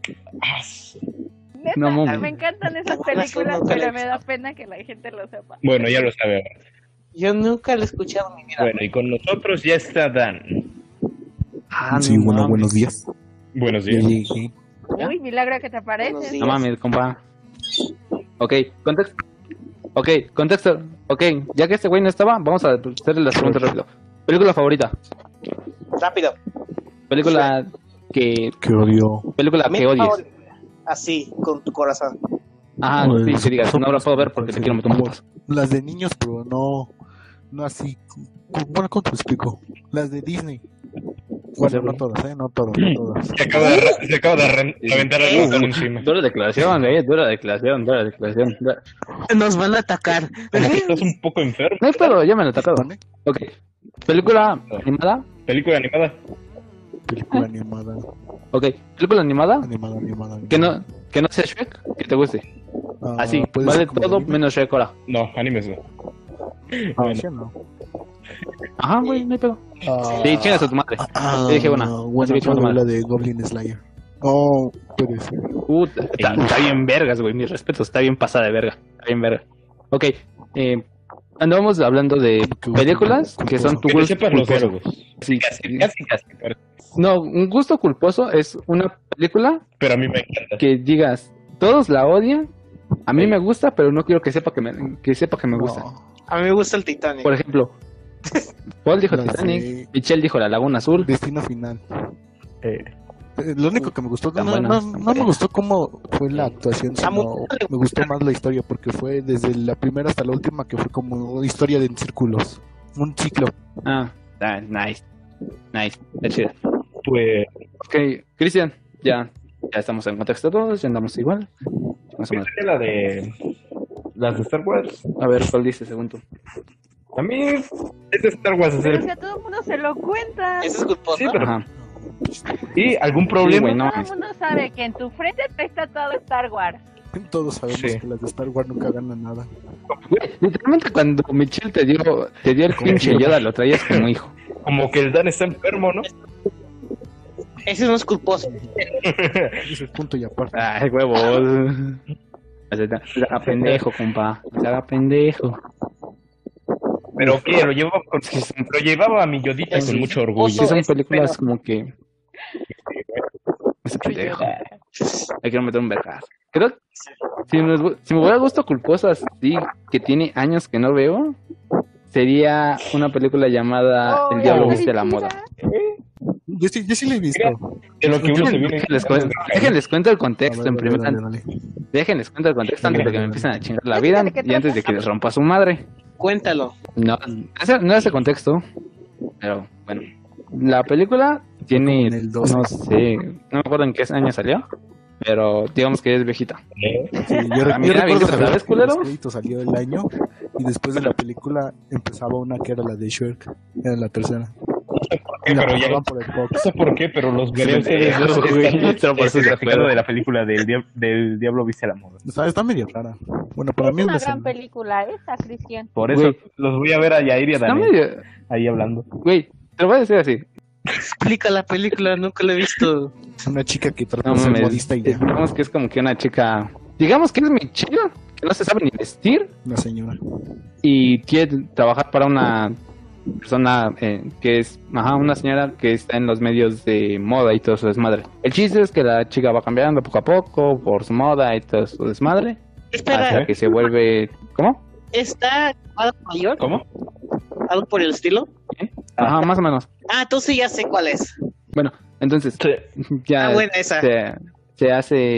Neta, No mames. me encantan esas Laguna Azul películas, nunca la he pero me da pena que la gente lo sepa. Bueno, ya lo sabe ahora. Yo nunca lo he escuchado en mi vida. Bueno, y con nosotros ya está Dan. Sí, bueno, buenos días. Buenos días. Sí. Uy, milagro que te Buenos aparece. días. No mames, compa. Ok, contexto. Ok, ya que este güey no estaba, vamos a hacerle las preguntas rápido. ¿Película favorita? Rápido. ¿Película que odio. odies? Así, con tu corazón. Ajá, sí, que digas, no la puedo ver porque te quiero meter un putazo. Las de niños, pero no así. Bueno, ¿cómo te lo explico? Las de Disney. Bueno, no todas, no todas. Se acaba de reventar el botón encima. Dura declaración, dura declaración. Nos van a atacar. Como que estás un poco enfermo. No hay pedo, ya me lo he atacado. Ok, ¿película animada? Película animada. Película animada. Ok, ¿película animada? Animada. Que no sea Shrek, que te guste. Así, puede vale ser como todo anime. menos Shrek ahora. No, animes no. Sí, no. Ajá, güey, no hay pedo. Ah, Sí, chingas a tu madre. Te dije una. Bueno, Así que chingas a tu la madre. de Goblin Slayer. No, puede ser. Puta, está bien vergas, güey, mis respetos, está bien pasada de verga. Está bien verga. Ok, andábamos hablando de películas que son tu Que te gusto sepas los culposo. diálogos. Sí, Casi. No, un gusto culposo es una película Pero a mí me encanta. que digas, todos la odian, a mí me gusta, pero no quiero que sepa que me gusta. A mí me gusta el Titanic. Por ejemplo, Paul dijo Las Titanic, de- Michelle dijo La Laguna Azul. Destino Final. Eh, Lo único que me gustó, Tan no buenas. me gustó cómo fue la actuación, A sino muchos les me gustó más la historia, porque fue desde la primera hasta la última que fue como una historia de en círculos, un ciclo. Nice, está chida. pues Ok, Cristian, ya estamos en contexto todos, ya andamos igual. Más o menos. la de las de Star Wars. A ver, ¿cuál dice según tú? A mí es de Star Wars. Es Pero el... si a todo el mundo se lo cuenta. Ese es culposo. Sí, pero Ajá. ¿y algún Sí, problema? güey, no Todo el mundo sabe que en tu frente está todo Star Wars. Todos sabemos Sí. que las de Star Wars nunca ganan nada. Güey, literalmente cuando Michelle te dio el pinche Yoda, lo traías como hijo. Como que el Dan está enfermo, ¿no? Ese no es culposo. Ese es punto y aparte. Ay, huevos. Se haga pendejo, compa. Se haga pendejo. Pero que lo llevaba a mi Yodita Sí, con mucho sí. orgullo. Sí, son es películas pero- como que... Ese pendejo. Hay que meter un vergazo. Creo que si me voy a gusto culposo así, que tiene años que no veo, sería una película llamada Oh, El Diablo está Viste la bien Moda. Yo sí la he visto. De lo que uno se viene. Déjenles cuento el A contexto ver, en primer dale. Déjenles cuento el contexto antes de que me empiecen a chingar la vida ¿De qué y antes de que les rompa su madre. Cuéntalo. No es ese contexto, pero bueno. La película tiene, en el 12. no sé, no me acuerdo en qué año salió, pero digamos que es viejita. Sí, A mí era bien que saber sabes, que culero. los créditos salió el año y después de la película empezaba una que era la de Shrek, era la tercera. Y la Pero ya pasaban por el no Fox. sé por qué, pero los videos Solo por eso se acuerda. de la película del Diablo Viste la Moda. Está medio rara. Bueno, para Es mí es una la gran película esa, Cristian. Por eso Güey. los voy a ver a Yair y a Está Daniel medio, ahí hablando. güey, te lo voy a decir así. Explica la película, nunca la he visto. una chica que trata No de ser mames, modista y ya, digamos que es como que una chica, digamos que es Michelle, que no se sabe ni vestir una señora. y quiere trabajar para una persona que es, una señora que está en los medios de moda y todo su desmadre. El chiste es que la chica va cambiando poco a poco por su moda y todo su desmadre, Espera, hasta que se vuelve, ¿cómo? ¿está algo mayor? ¿Cómo? ¿Algo por el estilo? Ajá, más o menos. Ah, entonces ya sé cuál es. Bueno, entonces ya Buena esa. se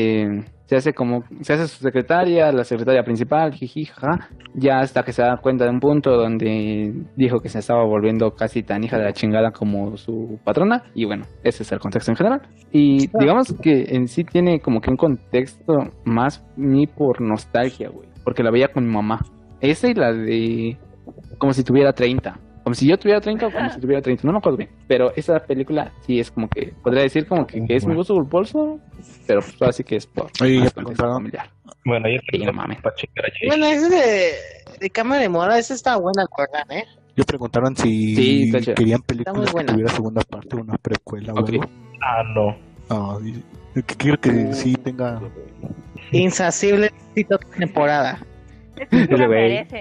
hace su secretaria, la secretaria principal, jiji, jaja, ya hasta que se da cuenta de un punto donde dijo que se estaba volviendo casi tan hija de la chingada como su patrona, y bueno, ese es el contexto en general. Y digamos que en sí tiene como que un contexto más ni por nostalgia, güey, porque la veía con mi mamá. Esa y la de como si tuviera 30. Como si yo tuviera 30 o como si tuviera 30, no me acuerdo bien. Pero esa película sí es como que, podría decir como que es mi gusto culposo, pero pues así que es por Oye, más ya te contexto contaron. familiar. Bueno, ahí Sí, no mames. para checar a Yair. Bueno, ese de cámara de moda, esa está buena, la verdad, ¿eh? Yo preguntaron si Sí, está chido. querían Está películas muy que buena. tuviera segunda parte, una precuela o Ok. algo. Ah, no. Ah, quiero que sí tenga. Insacible, temporada. Es que sí la Ese güey. merece.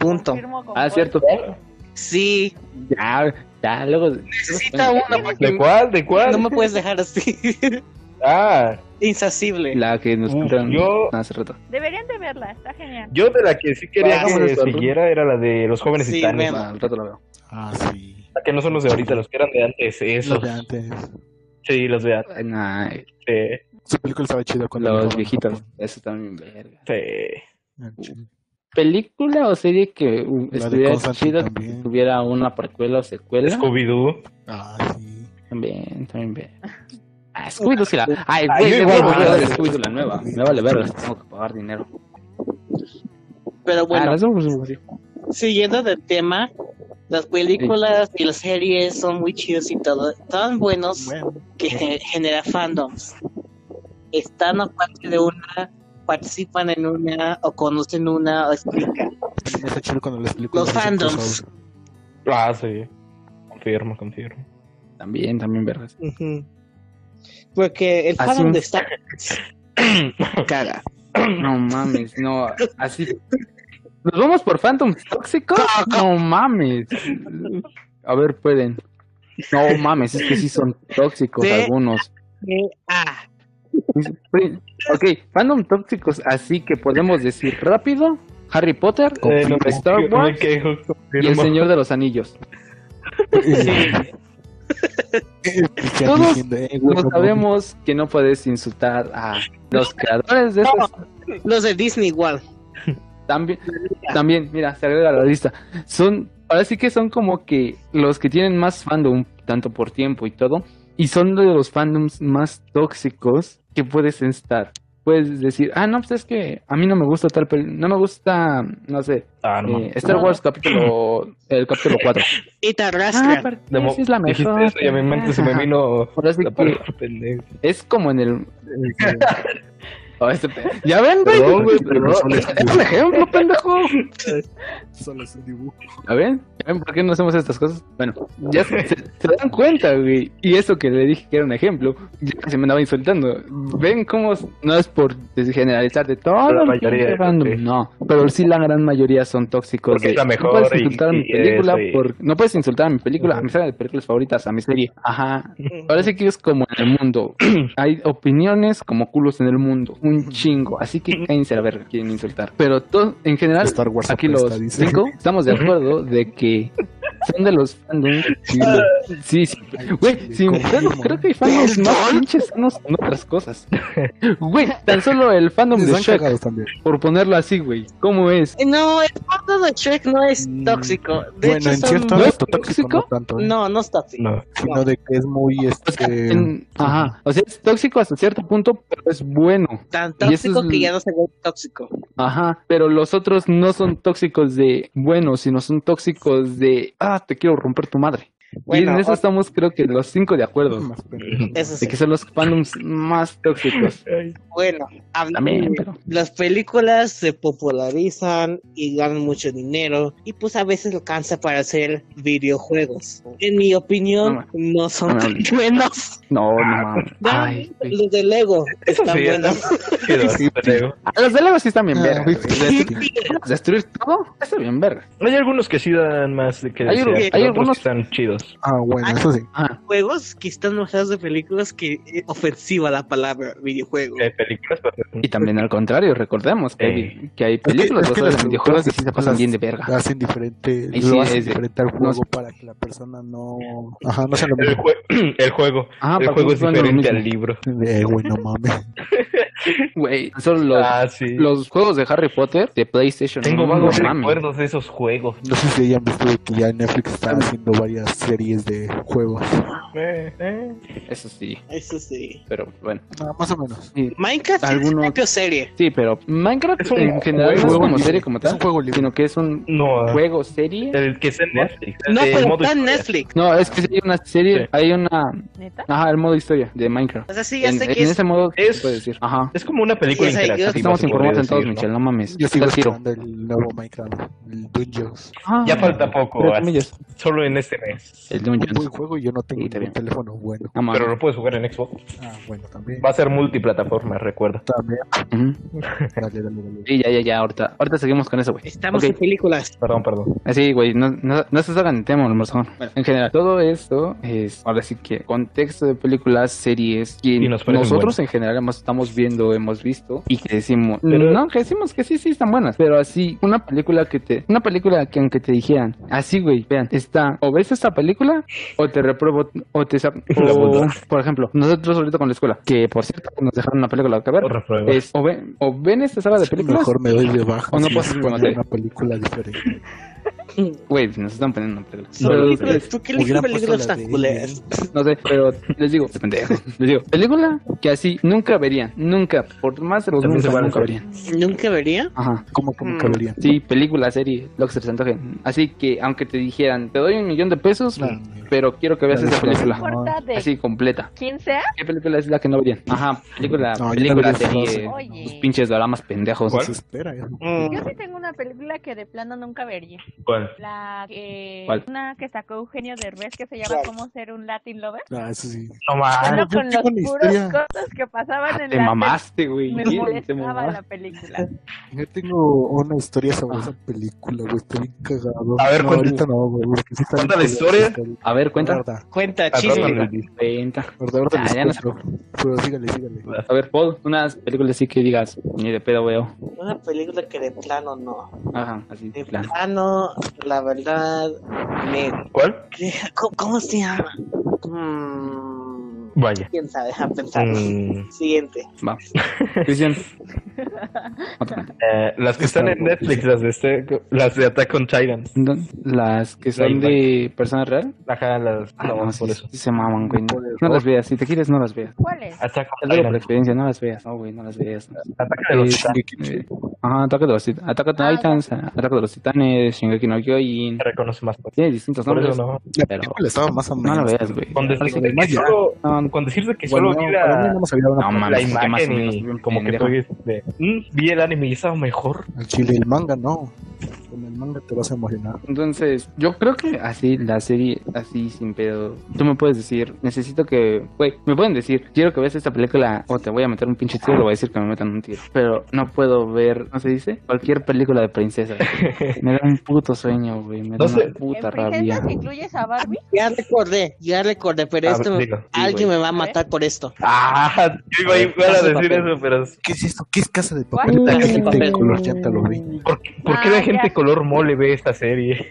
punto. Cierto. Sí. Ya, luego. Necesita una porque ¿De cuál? ¿De cuál? no me puedes dejar así. Ah, Insacible. La que nos contaron hace rato. Deberían de verla, está genial. yo de la que sí quería Vámonos, que siguiera era la de los jóvenes Sí, titanes. ven. Al rato la veo. Ah, sí. La que no son los de ahorita, los que eran de antes, esos. Los de antes. Sí, los de antes. Nah, Su película estaba chida cuando los viajaban a viejitos. Japón. Eso también, verga. Sí. Ah, chido. ¿Película o serie que La de estuviera Constantine chida, que también. tuviera una precuela o secuela? Scooby-Doo. Ah, sí. También bien. Scooby-Doo sí la... Ay, Ah, güey, yo de igual, nuevo voy a güey. ver Scooby-Doo la nueva. Me vale verga, tengo que pagar dinero. Pero bueno, las dos, sí. siguiendo del tema, las películas y las series son muy chidos y todo, tan buenos Bueno, que genera fandoms. Están aparte de una, participan en una, o conocen una, o explican. también está chido cuando las películas Los hacen fandoms. crossover. Ah, sí. Confirmo. También vergas. Ujú. Porque el Así fandom un- de Star caga. No mames, no, así. ¿Nos vamos por Phantom tóxicos? No mames. A ver, pueden. No mames, es que sí son tóxicos Sí. algunos. Ok, Phantom tóxicos, así que podemos decir rápido: Harry Potter, No me Star quejo, no me Wars quejo, y El confirmo. Señor de los Anillos. Cristian Todos diciendo, güey, No no sabemos que no puedes insultar a los creadores de esas. Los de Disney igual. También, mira, se agrega a la lista. Ahora sí que son como que los que tienen más fandom, tanto por tiempo y todo, y son de los fandoms más tóxicos que puedes estar. Puedes decir, no, pues es que a mí no me gusta no me gusta, no sé, No. Star Wars el capítulo 4. Y te arrastran. Pero sí es la Dijiste mejor. eso y a mi mente se me vino Ahora sí la que palabra pendejo. es como en el... Ya ven, güey. Perdón, güey, perdón. Es un ejemplo, pendejo. Solo es un dibujo. ¿Ya ven? ¿Por qué no hacemos estas cosas? Bueno, ya se dan cuenta, güey. Y eso que le dije que era un ejemplo, ya se me andaba insultando. ¿Ven cómo no es por generalizar de todo La el mayoría, pinche fandom? sí. No, pero sí la gran mayoría son tóxicos. Porque es la mejor no puedes y- insultar a mi y película, eso y- no puedes insultar a mi película, a mi saga de películas favoritas, a mi serie. Ajá. Parece que es como en el mundo. Hay opiniones como culos en el mundo. Un chingo. Así que cállense a la verga, quieren insultar. Pero todo, en general, Star Wars aquí apesta, los dice. 5 estamos de acuerdo de que son de los fandoms. Sí. Güey, sin pedo, creo que hay fandoms más pinches sanos en otras cosas. Güey, tan solo el fandom de Están Shrek, cagados también. por ponerlo así, güey. ¿Cómo es? No, el fandom de Shrek no es tóxico. De Bueno, hecho, en son- cierto ¿No es aspecto tóxico, tóxico? no tanto, No es tóxico. No. sino de que es muy Ajá, o sea, es tóxico hasta cierto punto, pero es bueno. Tan Y eso tóxico es que ya no se ve tóxico. Ajá, pero los otros no son tóxicos de bueno, sino son tóxicos de te quiero romper tu madre. Y Bueno, en eso estamos, creo que los 5 de acuerdo. más pendejo. Eso De sí. que son los fandoms más tóxicos. Bueno, hablando También, de- pero... las películas se popularizan y ganan mucho dinero y pues a veces alcanza para hacer videojuegos. En mi opinión, no son no, tan buenos. No, mames. Ay, güey. Los de Lego Eso están sí, buenos. Sí, pero Los de Lego sí están bien verga. güey, güey. Destruir todo está bien verga. hay algunos que sí dan más de que Hay desear, hay pero otros algunos- que están chidos. Ah, bueno, eso sí. Ajá. Juegos que están basados de películas que es ofensiva la palabra videojuego. Hay películas para hacer- Y también al contrario, recordemos que hay películas es que basadas las en videojuegos que sí se productoras pasan bien de verga. Hacen diferente, Ahí lo sí hacen es de- diferente al juego no- para que la persona no... Ajá, no sea lo El, mismo. el juego. Ajá, El para juego que es no sean lo diferente mismo. al libro. Güey, no mames. Güey, son los, Sí. los juegos de Harry Potter de PlayStation. Tengo no vagos mames. recuerdos de esos juegos. No sé si hayan visto que ya Netflix está haciendo varias series de juegos. Eso sí, Eso sí. pero bueno. Más o menos. Sí, Minecraft es Algunos- una propia serie. sí, pero Minecraft Es un en general no es juego como libre. serie como Es tal, un juego libre. sino que es un No, juego serie. el que es en Netflix. el No, de pero modo está en historia. Netflix. No, es que sí hay una serie, Sí. hay una... ¿Neta? Ajá, el modo historia de Minecraft. O sea, sí, ya En sé que es... ese modo es- se puede decir. Ajá. Es como una película Sí, esa- yo- interactiva. Estamos se podría informados en todos, decir, ¿no? Michelle, no mames. Yo sigo Está el tiro. esperando el nuevo Minecraft, el Dungeons. Ya falta poco, Pero comillas. solo en este mes. El Un buen Dungeons. juego y yo no tengo Sí, está ningún bien. teléfono bueno. No mames. Pero lo puedes jugar en Xbox. Ah, bueno, también. Va a ser multiplataforma, recuerda. También. Ujú. Dale. Sí, ya, ahorita seguimos con eso, güey. Estamos Ok. en películas. Perdón. Así, güey, no se salgan de tema, hermoso. Bueno, en general, todo esto es, ahora sí que, contexto de películas, series, que Y nos parecen nosotros buenas. en general estamos viendo, hemos visto, y que decimos, Pero- no, que decimos que sí están buenas, pero así, una película que aunque te dijeran, así, güey, vean, o ves esta película, o te repruebo, o te saco, La puta. por ejemplo, nosotros ahorita con la escuela, que por cierto, nos dejaron una película que ver, Otra prueba. es, o ven esta saga de películas, Mejor me doy de baja. O no si pasa ponen cuando te- una película diferente. güey, nos están poniendo una película. Son Pero películas- ustedes- ¿Por qué Hubieran eligen puesto películas la tan de culeras? No sé, pero les digo, pendejo, les digo, película que así nunca verían, nunca, por más de los También se nunca, van a nunca hacer. verían. ¿Nunca vería? Ajá. ¿Cómo caberían? Sí, película, serie, lo que se les antoje. Así que, aunque te dijeran, te doy $1,000,000, Claro. pero quiero que veas La esa de No película. importa de Así, completa. quién sea. ¿Qué película es la que no verían? Ajá, película, No, yo película, no vería serie, Oye. tus pinches dramas pendejos. ¿Cuál? Se espera. Mm, Yo sí tengo una película que de plano nunca vería. ¿Cuál? La que ¿Cuál? una que sacó Eugenio Derbez que se llama ¿Cómo ser un Latin Lover? Ah, eso sí. No más. Solo yo con tengo los una puros historia. cosas que pasaban en Te la mamaste, güey. me Te molestaba mamaste. la película. Yo tengo una historia sobre esa película, güey. Estoy bien cagado. A ver, no, cuenta. ahorita no, güey. Porque sí está Cuenta bien la culera historia. esa A ver, cuenta. Verdad, Cuenta, Atrás chisme. en el disco. Cuenta. verdad, Ya no sé. Pero sígale. A ver, Paul, unas películas así que digas, ni de pedo veo. Una película que de plano no. Ajá, así, De de plano. plano, la verdad, me... ¿Cuál? ¿Cómo se llama? Vaya. ¿Quién sabe? Deja pensar. Mm, Siguiente. Va. Cristian. las que están en Netflix, las de Attack on Titan. Las que son Live de persona real. Ajá, No, por sí, eso. sí se maman, güey. No las veas. Si te quieres, no las veas. ¿Cuál es? Attack Te on lo digo por Titan. experiencia, no las veas. No, güey, no las veas. Ataque de los Titanes. Ajá, Ataque de los Titanes. Ataque de Titans, Ataque de los Titanes, Shingeki no Kyojin. Se reconoce más. Tiene distintos Por nombres. eso no. La Pero película estaba más o no menos. la veas, güey. Con decirte que demás ya. solo, No, con decirte que Bueno, solo vi para mí la, no me sabía una No, mames. la que más o imagen menos, y bien como que pendejo. fue vi el anime y estaba mejor. El chile, el manga no. Con el manga te vas a emocionar. Entonces, yo creo que así, la serie, así sin pedo. Tú me puedes decir, necesito que. Güey, me pueden decir, quiero que veas esta película o te voy a meter un pinche tiro, le voy a decir que me metan un tiro. Pero no puedo ver, ¿no se dice? Cualquier película de princesa. Me da un puto sueño, güey. Me da No sé. una puta ¿En rabia. princesas incluyes a Barbie? Ya recordé, pero Ah, esto digo. alguien güey. me va a matar por esto. Ah, yo iba a ir a decir eso, pero ¿Qué es esto? ¿Qué es Casa de ¿Cuál? Papel? La Casa de gente de Papel. color llanta lo vi. ¿por qué la gente ya. color mole ve esta serie?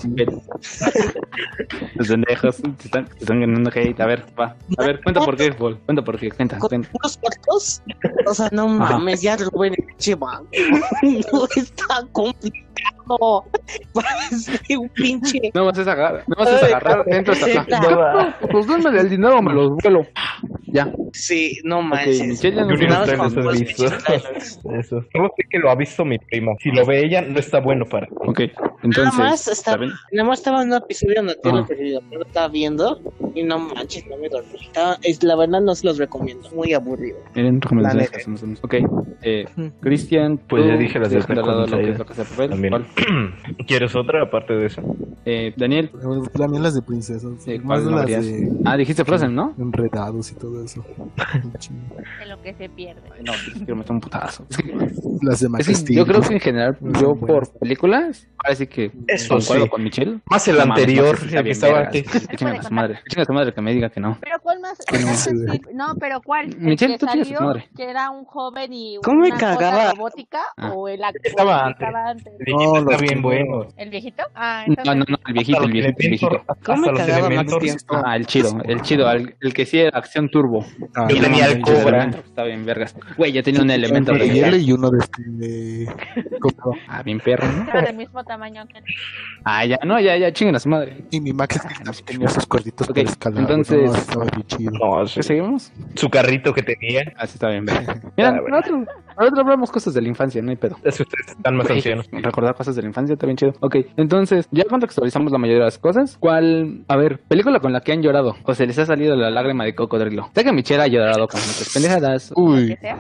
Los pendejos te están ganando hate. A ver, va. A ver, cuenta por qué, Paul. Cuenta por qué. Cuenta. Con puros cortos. O sea, no mames, ya Rubén Chiva. No está complicado. Parece un pinche. No vas a agarrar, entras acá. No va. Pues denme el dinero, me los vuelo. Ya. Sí, no Ok, manches. Michelle ya no Junior Nada está en más esos con vistos. pinches Eso. Solo sé que lo ha visto mi prima. Si lo ve ella, no está bueno para mí. Ok, Nada entonces. más ¿está bien? nada más estaba en un episodio donde yo Ajá. lo estaba viendo y no manches, no me dormí. La verdad no se los recomiendo, muy aburrido. Miren, recomendaciones La que hacemos. Ok, Cristian, Pues tú ya dije las de dejaste de Attack on lado lo que es Titan. la Casa de Papel. También. ¿Cuál? ¿Quieres otra aparte de eso? Daniel, También las de princesas. Sí, Más ¿cuál de no las verías? de Dijiste Frozen, ¿no? enredados y todo eso. De lo que se pierde. Ay, no, quiero meter un putazo. Las de Es que Macastillo. yo creo que en general, Muy yo buenas. por películas, ahora sí que Eso concuerdo sí. con Michelle. Más el No mames, anterior, no, sí está el que bien estaba vergas. antes. Que chinga a su madre. Que chinga a su madre que me diga que no. Pero ¿cuál más? Que no ¿Cuál se ve. más? No, pero ¿cuál? ¿El Michelle, que tú chingas a tu salió, madre. que era un joven y ¿Cómo me una cosa cagaba? robótica? Ah. ¿O el actor Estaba que estaba antes? El viejito los está bien primeros. bueno. ¿El viejito? Ah, No, entonces... no, el viejito, Hasta el viejito, el viejito. ¿Cómo me hasta los cagaba elementos. Max Steel? Ah, el chido, el que sí era acción turbo. Ah, Yo Y tenía no, el pinches Cobra. elementos, está bien, vergas. Güey, ya tenía un elemento uno de de hielo y uno de ¿cómo? Ah, bien perro, ¿no? Era del mismo tamaño que... Ah, ya, no, ya, chinguen a su madre. Y mi Max Steel también tenía esos cuerditos Ok, para escalar. entonces- No, estaba bien chido. No, ¿Qué seguimos? su carrito que tenía. Ah, sí, está bien, verga. Mira, bueno. nosotros hablamos cosas de la infancia, no hay pedo. Es que ustedes están más Güey, ancianos. recordar cosas de la infancia está bien chido. Ok, entonces, ya contextualizamos la mayoría de las cosas. ¿Cuál? A ver, película con la que han llorado o se les ha salido la lágrima de cocodrilo. Sé que Michelle ha llorado con muchas pendejadas. Lo Uy, que sea.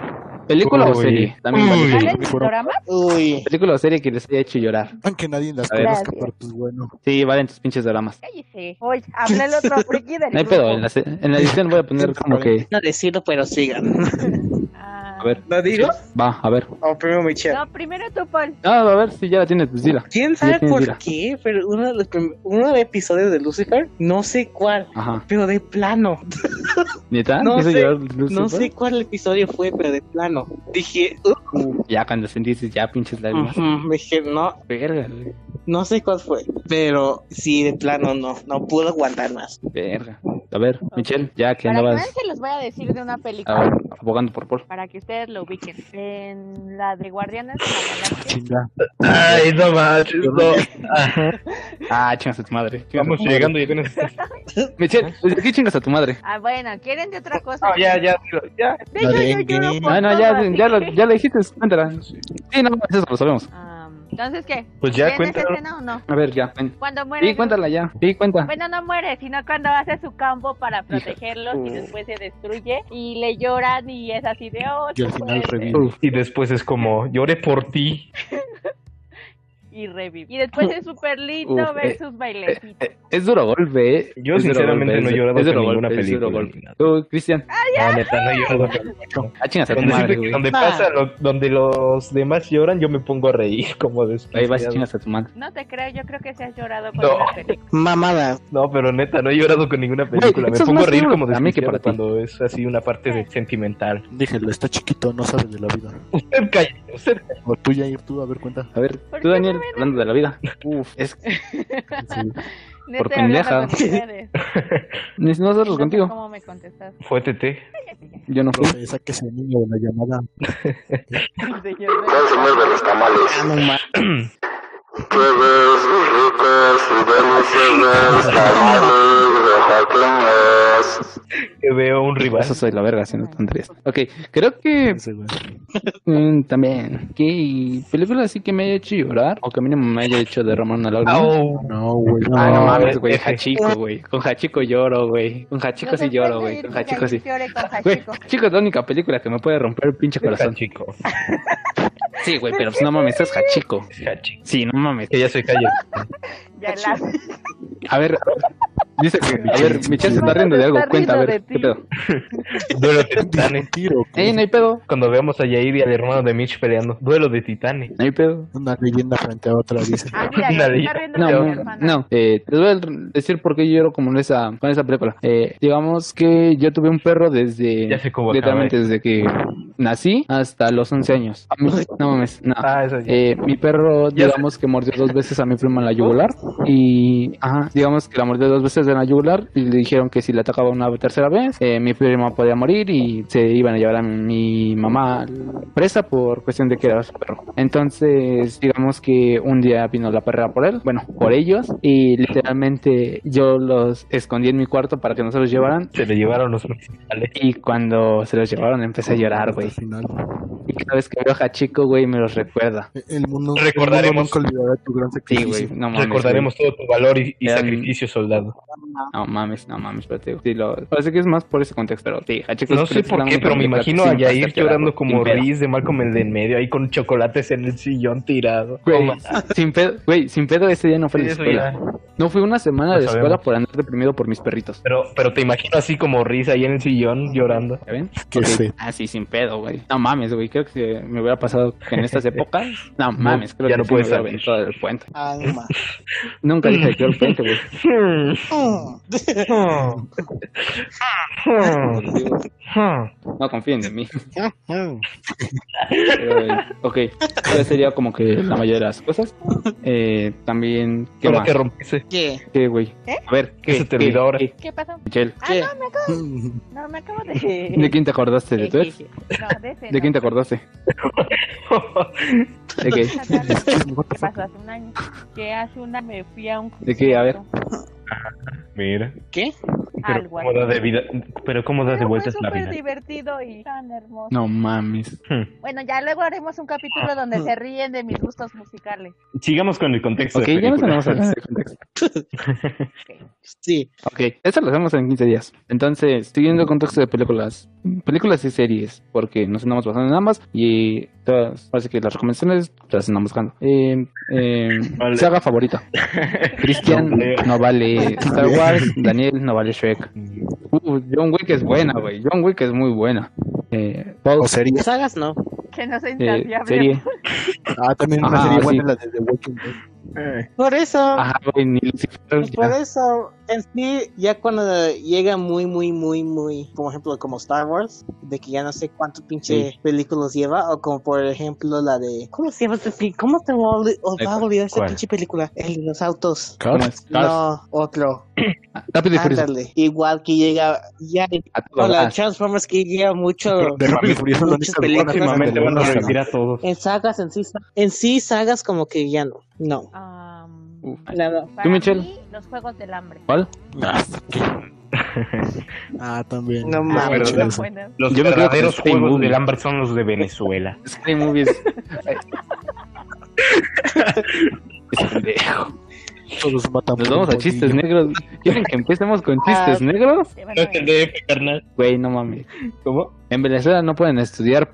¿Película o Uy. serie? También vale. ¿Salen doramas? Uy. ¿Película o serie que les haya hecho llorar? Aunque nadie las A ver. conozca, pero pues bueno. Sí, valen tus pinches dramas. Cállese. Oye, hablé el otro friki del No hay pedo, en la edición voy a poner como que... No decirlo, pero sigan. A ver, ¿Lo digo? va, a ver. O primero Michelle. No, primero tú, Paul. Ah, a ver, si ya la tienes, pues dila. ¿Quién Ya sabe tienes, por dila. qué? Pero uno de los episodios de Lucifer, no sé cuál, Ajá. pero de plano. ¿Neta? No ¿Te hizo sé, llorar, No Lucifer? sé cuál episodio fue, pero de plano. Dije, Ya cuando sentiste ya pinches lágrimas. me dije, no, Verga, güey. no sé cuál fue. Pero sí, de plano no pude aguantar más. Verga. A ver, Michelle, ya que Para que vean, andabas se los voy a decir de una a película. ver, abogando por Paul. Para que ustedes lo ubiquen. En la de Guardianes de la Galaxia. Chinga. Ay, no manches, no. Ah, chingas a tu madre. Chingas Vamos a tu madre. llegando y apenas. Michelle, ¿desde aquí chingas a tu madre? Ah, bueno, ¿quieren de otra cosa? No, ya. De hecho, yo lloro por Ah, no, todo, ya, así ya lo dijiste, cuéntala. Sí, no, eso lo sabemos. Entonces, ¿qué? Pues ya, ¿Tienes cuéntalo. escena o no? A ver, ya. ven. Cuando muere. Sí, cuéntala ya. Sí, cuenta. Bueno, no muere, sino cuando hace su campo para protegerlos y después se destruye y le lloran y es así de Y al tú final puedes". revive. Y después es como, lloré por ti. Y revive. Y después es súper lindo Uf, ver sus bailecitos. Es duro golpe, ¿eh? Yo Es duro sinceramente golpe, no he es- llorado es con duro ninguna golpe, es duro película golpe. ni nada. Tú, Cristian. No, neta, no he llorado con Ah, chingas a tu Donde, madre, siempre- güey. donde pasa, donde los demás lloran, yo me pongo a reír como Ahí vas y desgraciado. chingas a tu madre. No te creo, yo creo que se has llorado con No. una película. Mamada. No, pero neta, no he llorado con ninguna película. Me eso es pongo a más reír duro como para mí que desgraciado para ti. cuando es así una parte de sentimental. Déjenlo, está chiquito, no sabe de la vida. Usted calla, usted calla. O tú, Jair, tú, a ver, cuenta. A ver, ¿Por tú, qué Daniel, no me hablando de la vida. Uf, es Sí. No Por estoy hablando pendeja. con ustedes. ni nosotros No sé contigo. cómo me contestas. Fue TT. Yo no fui. Profe, sáquese el niño de la llamada. Señor. ¿Quién se mueve los tamales? Ah, no más. Plebes, ricos y deliciosos tamales oaxaqueños. Que veo un rival. Eso soy la verga haciendo tonterías. Ok, creo que Ese, güey. también. ¿Qué película así que me haya hecho llorar? O que mínimo me haya hecho derramar una lágrima. Au. No, güey. Ah, no No, mames, güey. F. Hachiko, güey. Con Hachiko lloro, güey. Con Hachiko sí lloro, güey. Con Hachiko sí. Güey, Hachiko es la única película que me puede romper el pinche corazón. Chico. Sí, güey, pero pues no mames, es Hachiko. Sí, no mames. Que ya soy calle. Ya la... A ver, dice que, a ver, Michelle se está riendo de algo. Está Cuenta, a riendo ver, de ¿qué ti. pedo? Duelo de Dice un titanes. tiro. No hay pedo. Cuando veamos a Yair y al hermano de Mitch peleando. Duelo de titanes. No hay pedo. Una leyenda frente a otra, dice. Ah, mira, ya Nadie. se está riendo No, de mi no, hermana. no. Les voy a decir por qué yo lloro como con esa película. Digamos que yo tuve un perro desde, Ya sé cómo literalmente acaba desde que nací hasta los 11 años. A mí, no mames, no. Ah, eso ya. Mi perro, Ya digamos que mordió 2 veces a mi prima en la yugular. Y, ajá, digamos que la mordió 2 veces en la yugular. Y le dijeron que si le atacaba una tercera vez, mi prima podía morir y se iban a llevar a mi mamá presa por cuestión de que era su perro. Entonces, digamos que un día vino la perra por él, bueno, por ellos. Y literalmente yo los escondí en mi cuarto para que no se los llevaran. Se le llevaron los principales. Y cuando se los llevaron empecé a llorar, güey. Hasta el final. Y cada vez que veo a Hachiko, güey, me los recuerda. El mundo Recordaremos. nunca olvidará tu gran Sí, sacrificio. güey, no mames. Recordaremos todo tu valor y Eran- sacrificio, soldado. Güey. No mames, pero te digo, sí, parece que es más por ese contexto, pero sí, Hachiko No es sé por qué, una pero me película imagino que a sí me hace Yair llorar, llorando güey, como sin pedo. Riz de Malcolm el de en medio, ahí con chocolates en el sillón tirado. Güey, No, sin pedo ese día no fue a sí, la eso escuela. ya. No fui una semana Lo de escuela sabemos. por andar deprimido por mis perritos. Pero te imagino así como Riz ahí en el sillón llorando. ¿Ya ven? Qué Ok. feo. Ah, sí, sin pedo, güey. No mames, güey, creo que si me hubiera pasado en estas épocas. No mames, creo ya que no sí puedes me hubiera salir. aventado del puente. Ah, no más. Nunca dije que era el puente, güey. No confíen en mí. Pero, ok, esa sería como que la mayoría de las cosas. También, ¿qué Solo más? que rompiste. ¿Qué? ¿Qué, güey? A ver, ¿Qué se te olvidó ahora? ¿Qué pasó? Michelle, Ah, ¿Qué? no, me acabo de... ¿de quién te acordaste? ¿De tu ex? No, de ese ¿De quién te no. acordaste? ¿De qué? ¿Qué pasó hace un año? Que hace un año me fui a un... ¿De qué? A ver. Mira. ¿Qué? Algo ¿Cómo da así. de vida? Pero ¿cómo da de Pero fue vueltas la súper vida? divertido y tan hermoso. No mames. Bueno, ya luego haremos un capítulo donde se ríen de mis gustos musicales. Sigamos con el contexto Ok, de ya nos película. vamos a hablar de contexto. Sí. Ok, eso lo hacemos en 15 días. Entonces, siguiendo el contexto de películas y series, porque nos andamos basando en ambas y todas, parece que las recomendaciones las andamos buscando. Vale. Saga favorita. Cristian no vale Star Wars, Daniel no vale Shrek. John Wick es buena, güey. John Wick es muy buena. Paul, ¿O serie? Sagas no. Que no sea insaciable. serie. También una Ajá, serie sí. buena, la de The Walking Dead. Por eso. Ajá, güey, ni Lucifer. Por ya. eso, en sí, ya cuando llega muy, por ejemplo, como Star Wars, de que ya no sé cuántos pinche películas lleva, o como por ejemplo la de, ¿cómo se llama este film? ¿Cómo te va a olvidar esta ¿Cuál? pinche película? El de los autos. ¿Cómo es? Cars. No, otro. Rápido y Furioso. Ándale. Igual que llega, ya, A todo con la gas. Transformers que llega mucho, De Rápido y Furioso, la muchas única películas. Próximamente van a Bueno, revivir a todos. En sagas, en sí, sagas como que ya no. No. Nada. Para Michelle? mí, los Juegos del Hambre. ¿Cuál? También. No mames. Son buenas. Los Yo me quedo con verdaderos Scary juegos Movie. del hambre son los de Venezuela. Scary Movies. Es pendejo. Todos matan Nos por vamos un a chistes bolillo. negros. ¿Quieren que empecemos con chistes negros? Te van a ver. DF, carnal. Güey, no mames. ¿Cómo? En Venezuela no pueden estudiar.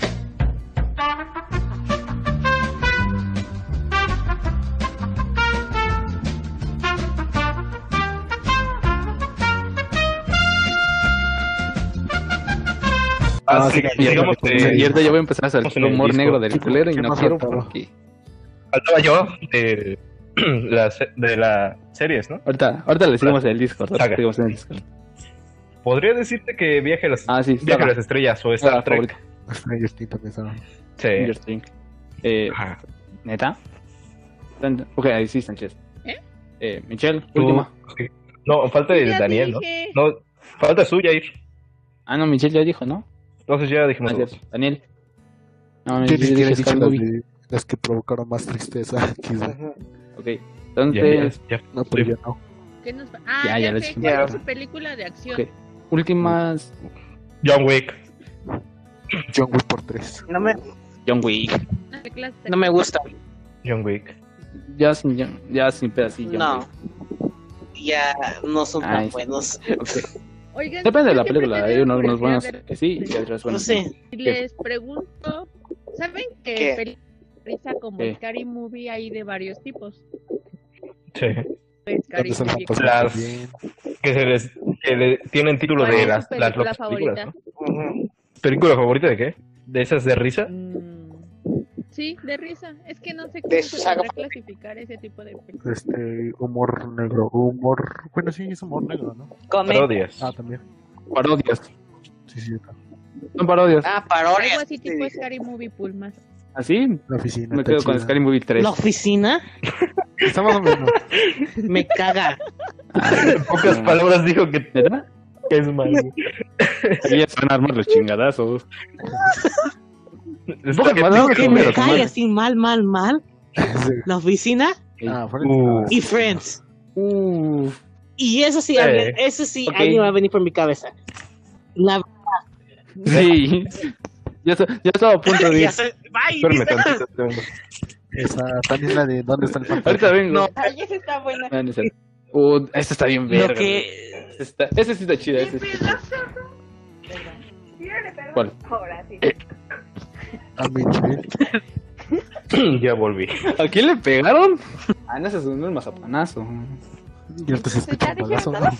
Sí, digamos Y que ahorita yo voy a empezar a hacer Estamos el en el humor disco. negro del culero y ¿Qué no más quiero faltaba? porque... faltaba yo de de las series, ¿no? Ahorita le seguimos en el Discord. ahorita Saga. seguimos en el Discord. Podría decirte que Viaje a las, Ah, sí, Viaje a Saga. las Estrellas o Star Saga Trek. favorita. Stranger Things también saben. Sí. Stranger Things. Ajá. ¿Neta? Ok, ahí sí, Sánchez. Michelle, Tú- última. sí. No, falta de Ya Daniel, dije. ¿no? No, falta suya ir. Ah, no, Michelle ya dijo, ¿no? Entonces ya dijimos Ah, todos. cierto. Daniel. No, Tienes yo que dije dicho Scary las, Movie. las que provocaron más tristeza, quizá. Ok, Ya, entonces... ya. No, pero ya no. ¿Qué nos... Ya, ya les sé. dijimos. ¿Cuál es su película de acción? Ok. Últimas... John Wick. John Wick por 3. John Wick. ¿Qué clase de- No me gusta. John Wick. Ya sin pedacillo. No. Ya no son tan Ay, sí. buenos. Ok. Oigan, Depende de la siempre película. tengo Hay unos curiosidad buenos de- que sí y otros No buenos. sé. Y les pregunto, ¿saben ¿Qué? que películas de risa como ¿Qué? Scary Movie hay de varios tipos? Sí. Scary ¿Dónde se la Movie. pasan Las- bien? Que tienen título ¿Cuál de es las tu película locas películas, favorita? ¿no? ¿Película favorita de qué? ¿De esas de risa? Sí, de risa. Es que no sé De cómo su se saga podrá clasificar ese tipo de películas. Humor negro. Bueno, sí, es humor negro, ¿no? Parodias. También. Parodias. Sí, sí. Son parodias. Parodias. Algo así tipo Scary Movie Pullman. ¿Así? La oficina. Me está quedo con chida. Scary Movie 3. La oficina Está más o menos. me caga. En pocas palabras dijo que ¿Neta? es malo. Ahí ya se van a armar los chingadazos. Está Pocas bien, palabras, Que pero me tu cae madre. así mal. La oficina Fuera y Friends. Uf. Y eso sí, Ok. alguien va a venir por mi cabeza. La Sí. Ya estaba a punto de ir. ya sé, bye. Espérame tantito, tengo- esa, también la de ¿Dónde está el fantasma? Ahorita vengo. No. Ay, esa está buena. No, no es cierto. Esta está bien Lo verga. que Ese sí está chida. Ese sí está chida. ¿Cuál? Ahora sí. A Michelle. Ya volví. ¿A quién le pegaron? Ah, no, ese es un mazapanazo. Y ahorita se escucha ¿Ya un balazo. dijeron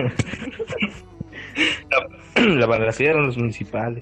La balacera eran los municipales.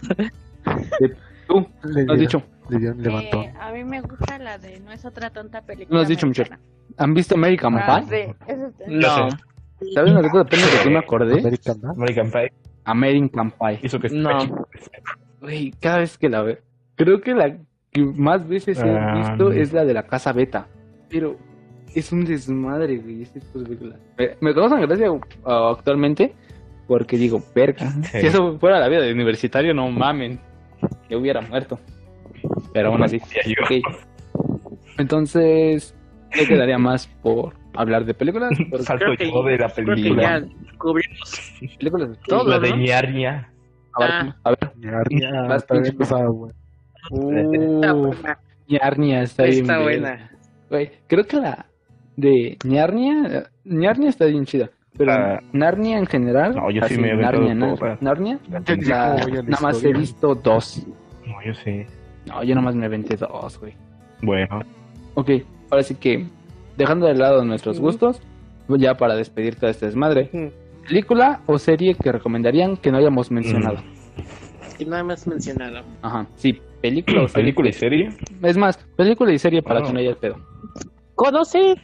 Tú, Le ¿lo has dicho? Le dieron levantón. A mí me gusta la de No es otra tonta película. No has dicho, Michelle. americana. ¿Han visto American Ah, Pie? sí, eso está- No. ¿Sabes una cosa apenas que tú me acordé? American, ¿no? American Pie American Pie. hizo que No. Güey, cada vez que la veo. Creo que la que más veces he visto es la de la casa Beta. Pero es un desmadre, güey, este tipo de películas. Me causan gracia actualmente porque digo, verga. Sí. Si eso fuera la vida de universitario, no mamen. Yo hubiera muerto. Pero aún así. Ya yo. Ok. Entonces, ¿qué quedaría más por hablar de películas? Porque Salto Creo que- yo de la creo que película. ya cubrimos. Películas de Todo, La de ¿no? Ñarña. A ver. Ñarña, Vas, está bien pinche. pesada, güey. Está buena. Ñarnia está bien. Está verga. buena. Güey, creo que la de Ñarnia está bien chida. Pero Ah. Narnia en general. No, yo sí así, me he aventado Narnia, todas. Narnia. Ya ni sé cómo voy a la Nada más he historia. visto 2. No, yo sí. No, yo nada más me aventé 2, güey. Bueno. Ok, ahora sí que, dejando de lado nuestros gustos, ya para despedir todo este desmadre, ¿película o serie que recomendarían que no hayamos mencionado? Y nada más mencionado. Ajá, sí, película o serie. ¿Película y serie? Es más, película y serie para Ah. que no haya el pedo. ¿Conocen?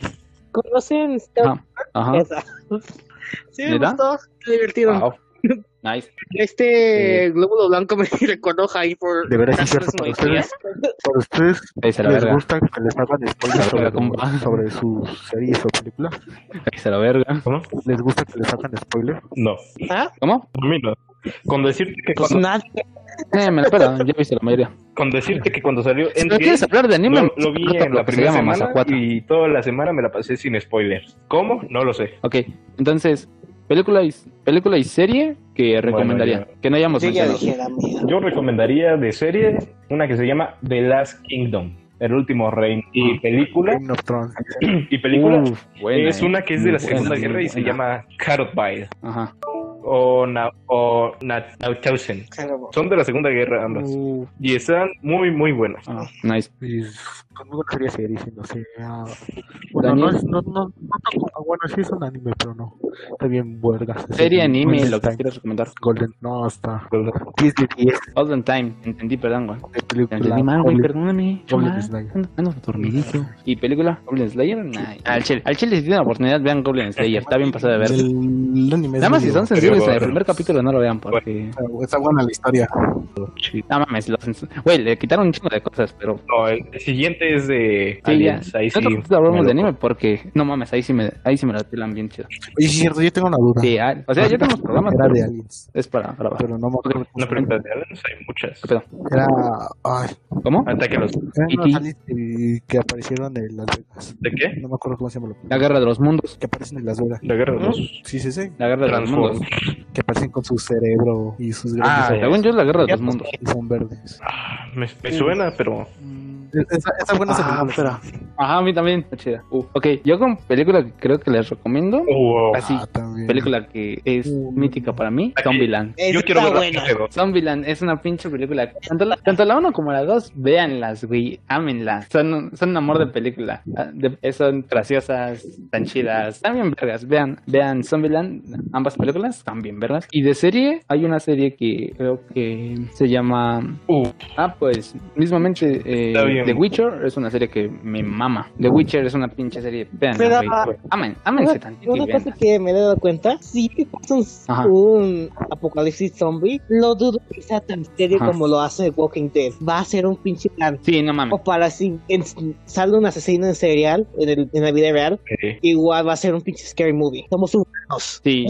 Ajá, ajá. Esa. Sí, me ¿Neta? gustó. Qué divertido. Wow. Nice. Glóbulo blanco me recordó ahí por De veras, sí, razones cierto, muy para ustedes. frías. ¿Para ustedes Ahí se la les verga. gusta que les hagan spoilers Se la verga, compa. sobre sus series o películas? Ahí se la verga. ¿Cómo? ¿Les gusta que les hagan spoilers? No. ¿Ah? ¿Cómo? A mí no. Con decirte que Pues cuando, nadie. Me la pela, ya viste la mayoría. con decirte que cuando salió Si no Endgame, quieres hablar de anime, lo vi trata en lo la que se primera llama semana Mazacuata. y toda la semana me la pasé sin spoilers. ¿Cómo? No lo sé. Ok, entonces, película y serie que recomendaría. ya. Que no hayamos Yo ya mencionado. dijera, mía. Yo recomendaría de serie una que se llama The Last Kingdom, El Último Reino. Y película, Game of Thrones. Uf, buena, es una que es de la Muy Segunda buena, Guerra muy y se buena. llama Carotbile Ajá. o Nauthausen. Son de la Segunda Guerra ambas. Y están muy, muy buenas. Ah, nice. Conmigo no sería serie, sino sea... Bueno, Daniel. no es... No tan- bueno, sí es un anime, pero no. Está bien buergas. Serie, anime, Golden lo que Time. quieras recomendar. Golden... No, está... 10 de 10 Olden Time, entendí, perdón, güey. de película. Entendí mal, güey, Goblin- perdóname. Goblin Chaval. Slayer. Ando dormidito. ¿Y película? ¿Goblin Slayer? Nah. Al chile, si tienen la oportunidad, vean Goblin Slayer. Está bien pasado de ver. El anime es Nada más si medio- son sensibles en el bueno. primer capítulo, no lo vean porque... Está buena la historia. No mames, güey, le quitaron un chingo de cosas, pero... No, el siguiente es de Sí, ya. Aliens. Ahí sí. Nosotros hablamos me de lo- anime porque... No mames, ahí sí me la tiran bien chido. Oye, sí es cierto, yo tengo una duda. Sí, o sea, ya tenemos programas, Era pero de Aliens, es para grabar. pero no me acuerdo. No, pero de Aliens hay muchas. ¿Qué pedo? Era... Ay, ¿Cómo? Ataque a los... eran ¿E.T.? unos aliens que aparecieron en Las Vegas. ¿De qué? No me acuerdo cómo se llama. La guerra de los mundos. Que aparecen en Las Vegas. La guerra de los Sí, sí, sí. La guerra de los mundos. Transformers. Que aparecen con su cerebro y sus Ah, grandes según yo es la guerra de los mundos. ojos y son verdes. Ah, me suena, pero... Esa buena se me espera. Ajá, a mí también. Está chida. Ok, yo con película que creo que les recomiendo. Wow. Así, también. película que es mítica para mí. Zombieland. Yo quiero ver buena. la parte 2. Zombieland es una pinche película. Tanto la 1 como la 2, véanlas, güey. Ámenlas. Son un amor de película. Son graciosas, tan chidas. Están bien vergas. Vean Zombieland. Ambas películas están bien vergas. Y de serie, hay una serie que creo que se llama... pues, mismamente Está bien. The Witcher es una serie que me mama. The Witcher es una pinche serie. Veanla, Pero, güey. Ámense tantito y Una cosa veanla. que me he dado cuenta, si te pasa Ajá. un apocalipsis zombie, lo dudo que sea tan serio Ajá. como lo hace Walking Dead. Va a ser un pinche plan. Sí, no mames. O para si sale un asesino en serial en la vida real, igual va a ser un pinche scary movie. Somos humanos. Sí.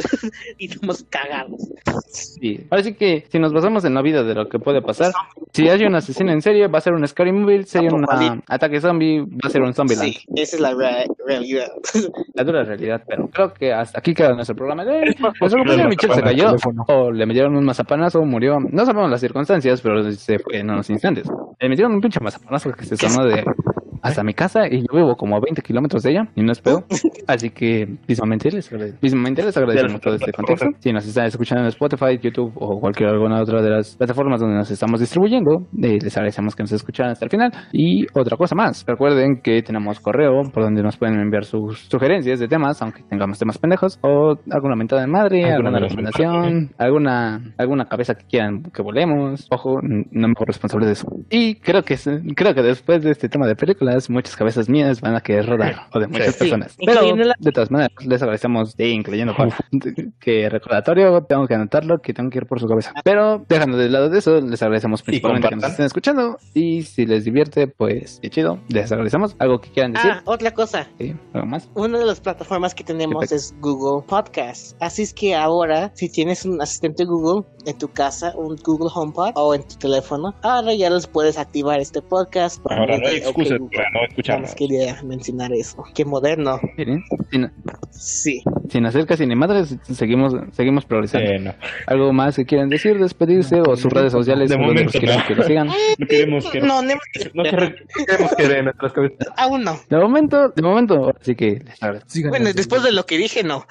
Y somos cagados. Sí. Ahora sí que si nos basamos en la vida de lo que puede pasar, si hay un asesino en serie, va a ser un Scary Movie, si hay un ataque zombie, va a ser un Zombieland. Sí, esa es la realidad. La dura realidad, pero creo que hasta aquí queda nuestro programa de hoy. Nuestro compañero el Michel se mazapán, cayó, teléfono. o le metieron un mazapanazo, murió. No sabemos las circunstancias, pero se fue en unos instantes. Le metieron un pinche mazapanazo que se sonó de hasta mi casa y yo vivo como a 20 kilómetros de ella y no es pedo. Así que mismamente les agradecemos todo este contexto. Si nos están escuchando en Spotify, YouTube o alguna otra de las plataformas donde nos estamos distribuyendo, les agradecemos que nos escucharan hasta el final. Y otra cosa más, recuerden que tenemos correo por donde nos pueden enviar sus sugerencias de temas, aunque tengamos temas pendejos, o alguna mentada de madre, alguna recomendación, alguna cabeza que quieran que volemos. Ojo, no me hago responsable de eso. Y creo que después de este tema de películas, muchas cabezas mías van a querer rodar, o de muchas personas. Pero de todas maneras, les agradecemos de incluyendo que recordatorio, tengo que anotarlo, que tengo que ir por su cabeza. Pero dejando de lado de eso, les agradecemos principalmente que nos estén escuchando. Y si les divierte, pues qué chido. Les agradecemos. ¿Algo que quieran decir? Otra cosa. Sí, ¿algo más? Una de las plataformas que tenemos es Google Podcast. Así es que ahora, si tienes un asistente Google en tu casa, un Google HomePod o en tu teléfono, ahora ya los puedes activar este podcast. Ahora no hay Ok, excusa Google. para no escuchar. Nada más quería mencionar eso. Qué moderno. Sí, ¿sí? Sí. sin hacer casi ni madres, seguimos progresando. No. ¿Algo más que quieran decir, despedirse o sus redes sociales De donde momento los quieran no. que lo sigan? No queremos que No queremos que de nuestras cabezas. aún no. De momento, así que les agradezco. Síganos. Bueno, después de lo que dije, no.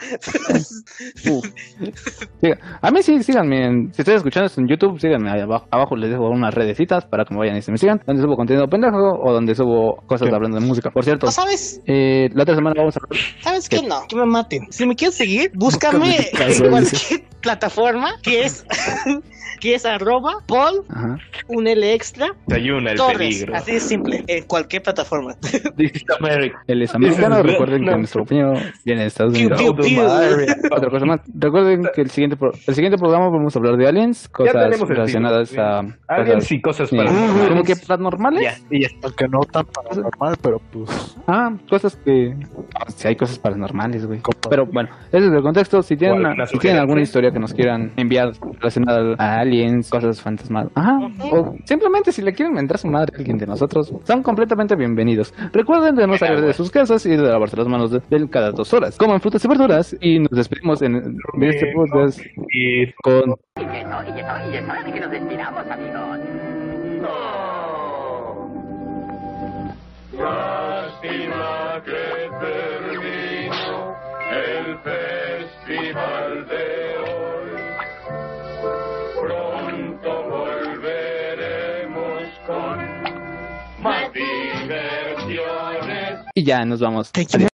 A mí sí, síganme. Si están escuchando esto en YouTube, síganme ahí abajo les dejo unas redecitas para que me vayan y se me sigan. Donde subo contenido pendejo o donde subo cosas hablando de música. Por cierto, ¿No sabes? la otra semana vamos a hablar. ¿Sabes qué? No, que me maten. Si me quieres seguir, búscame en cualquier plataforma que es @Paul, Ajá. un L extra, Desayuna el Torres. peligro. Así de simple, en cualquier plataforma. This is America. Él es americano. This is Recuerden que Vietnam. nuestro opinión viene de Estados Piu, Unidos. piu, piu. Otra cosa más. Recuerden que el siguiente programa vamos a hablar de aliens, cosas tenemos el relacionadas título. a Aliens y cosas sí, paranormales. como que paranormales. Ya, y ya. Aunque no tan paranormal, pero pues. Cosas que sí hay cosas paranormales, güey. Compa. Pero bueno, ese es el contexto. Si tienen, alguna si tienen alguna sugerencia. historia que nos quieran enviar relacionada a aliens, cosas fantasmales, o simplemente si le quieren mentar su madre a alguien de nosotros, son completamente bienvenidos. Recuerden de no salir de sus casas y de lavarse las manos cada 2 horas. Coman frutas y verduras y nos despedimos en este podcast Y con Y es hora de que nos despidamos, amigos. Lástima que terminó el festival de hoy. Pronto volveremos con más diversiones. y ya nos vamos. Thank you. Adiós.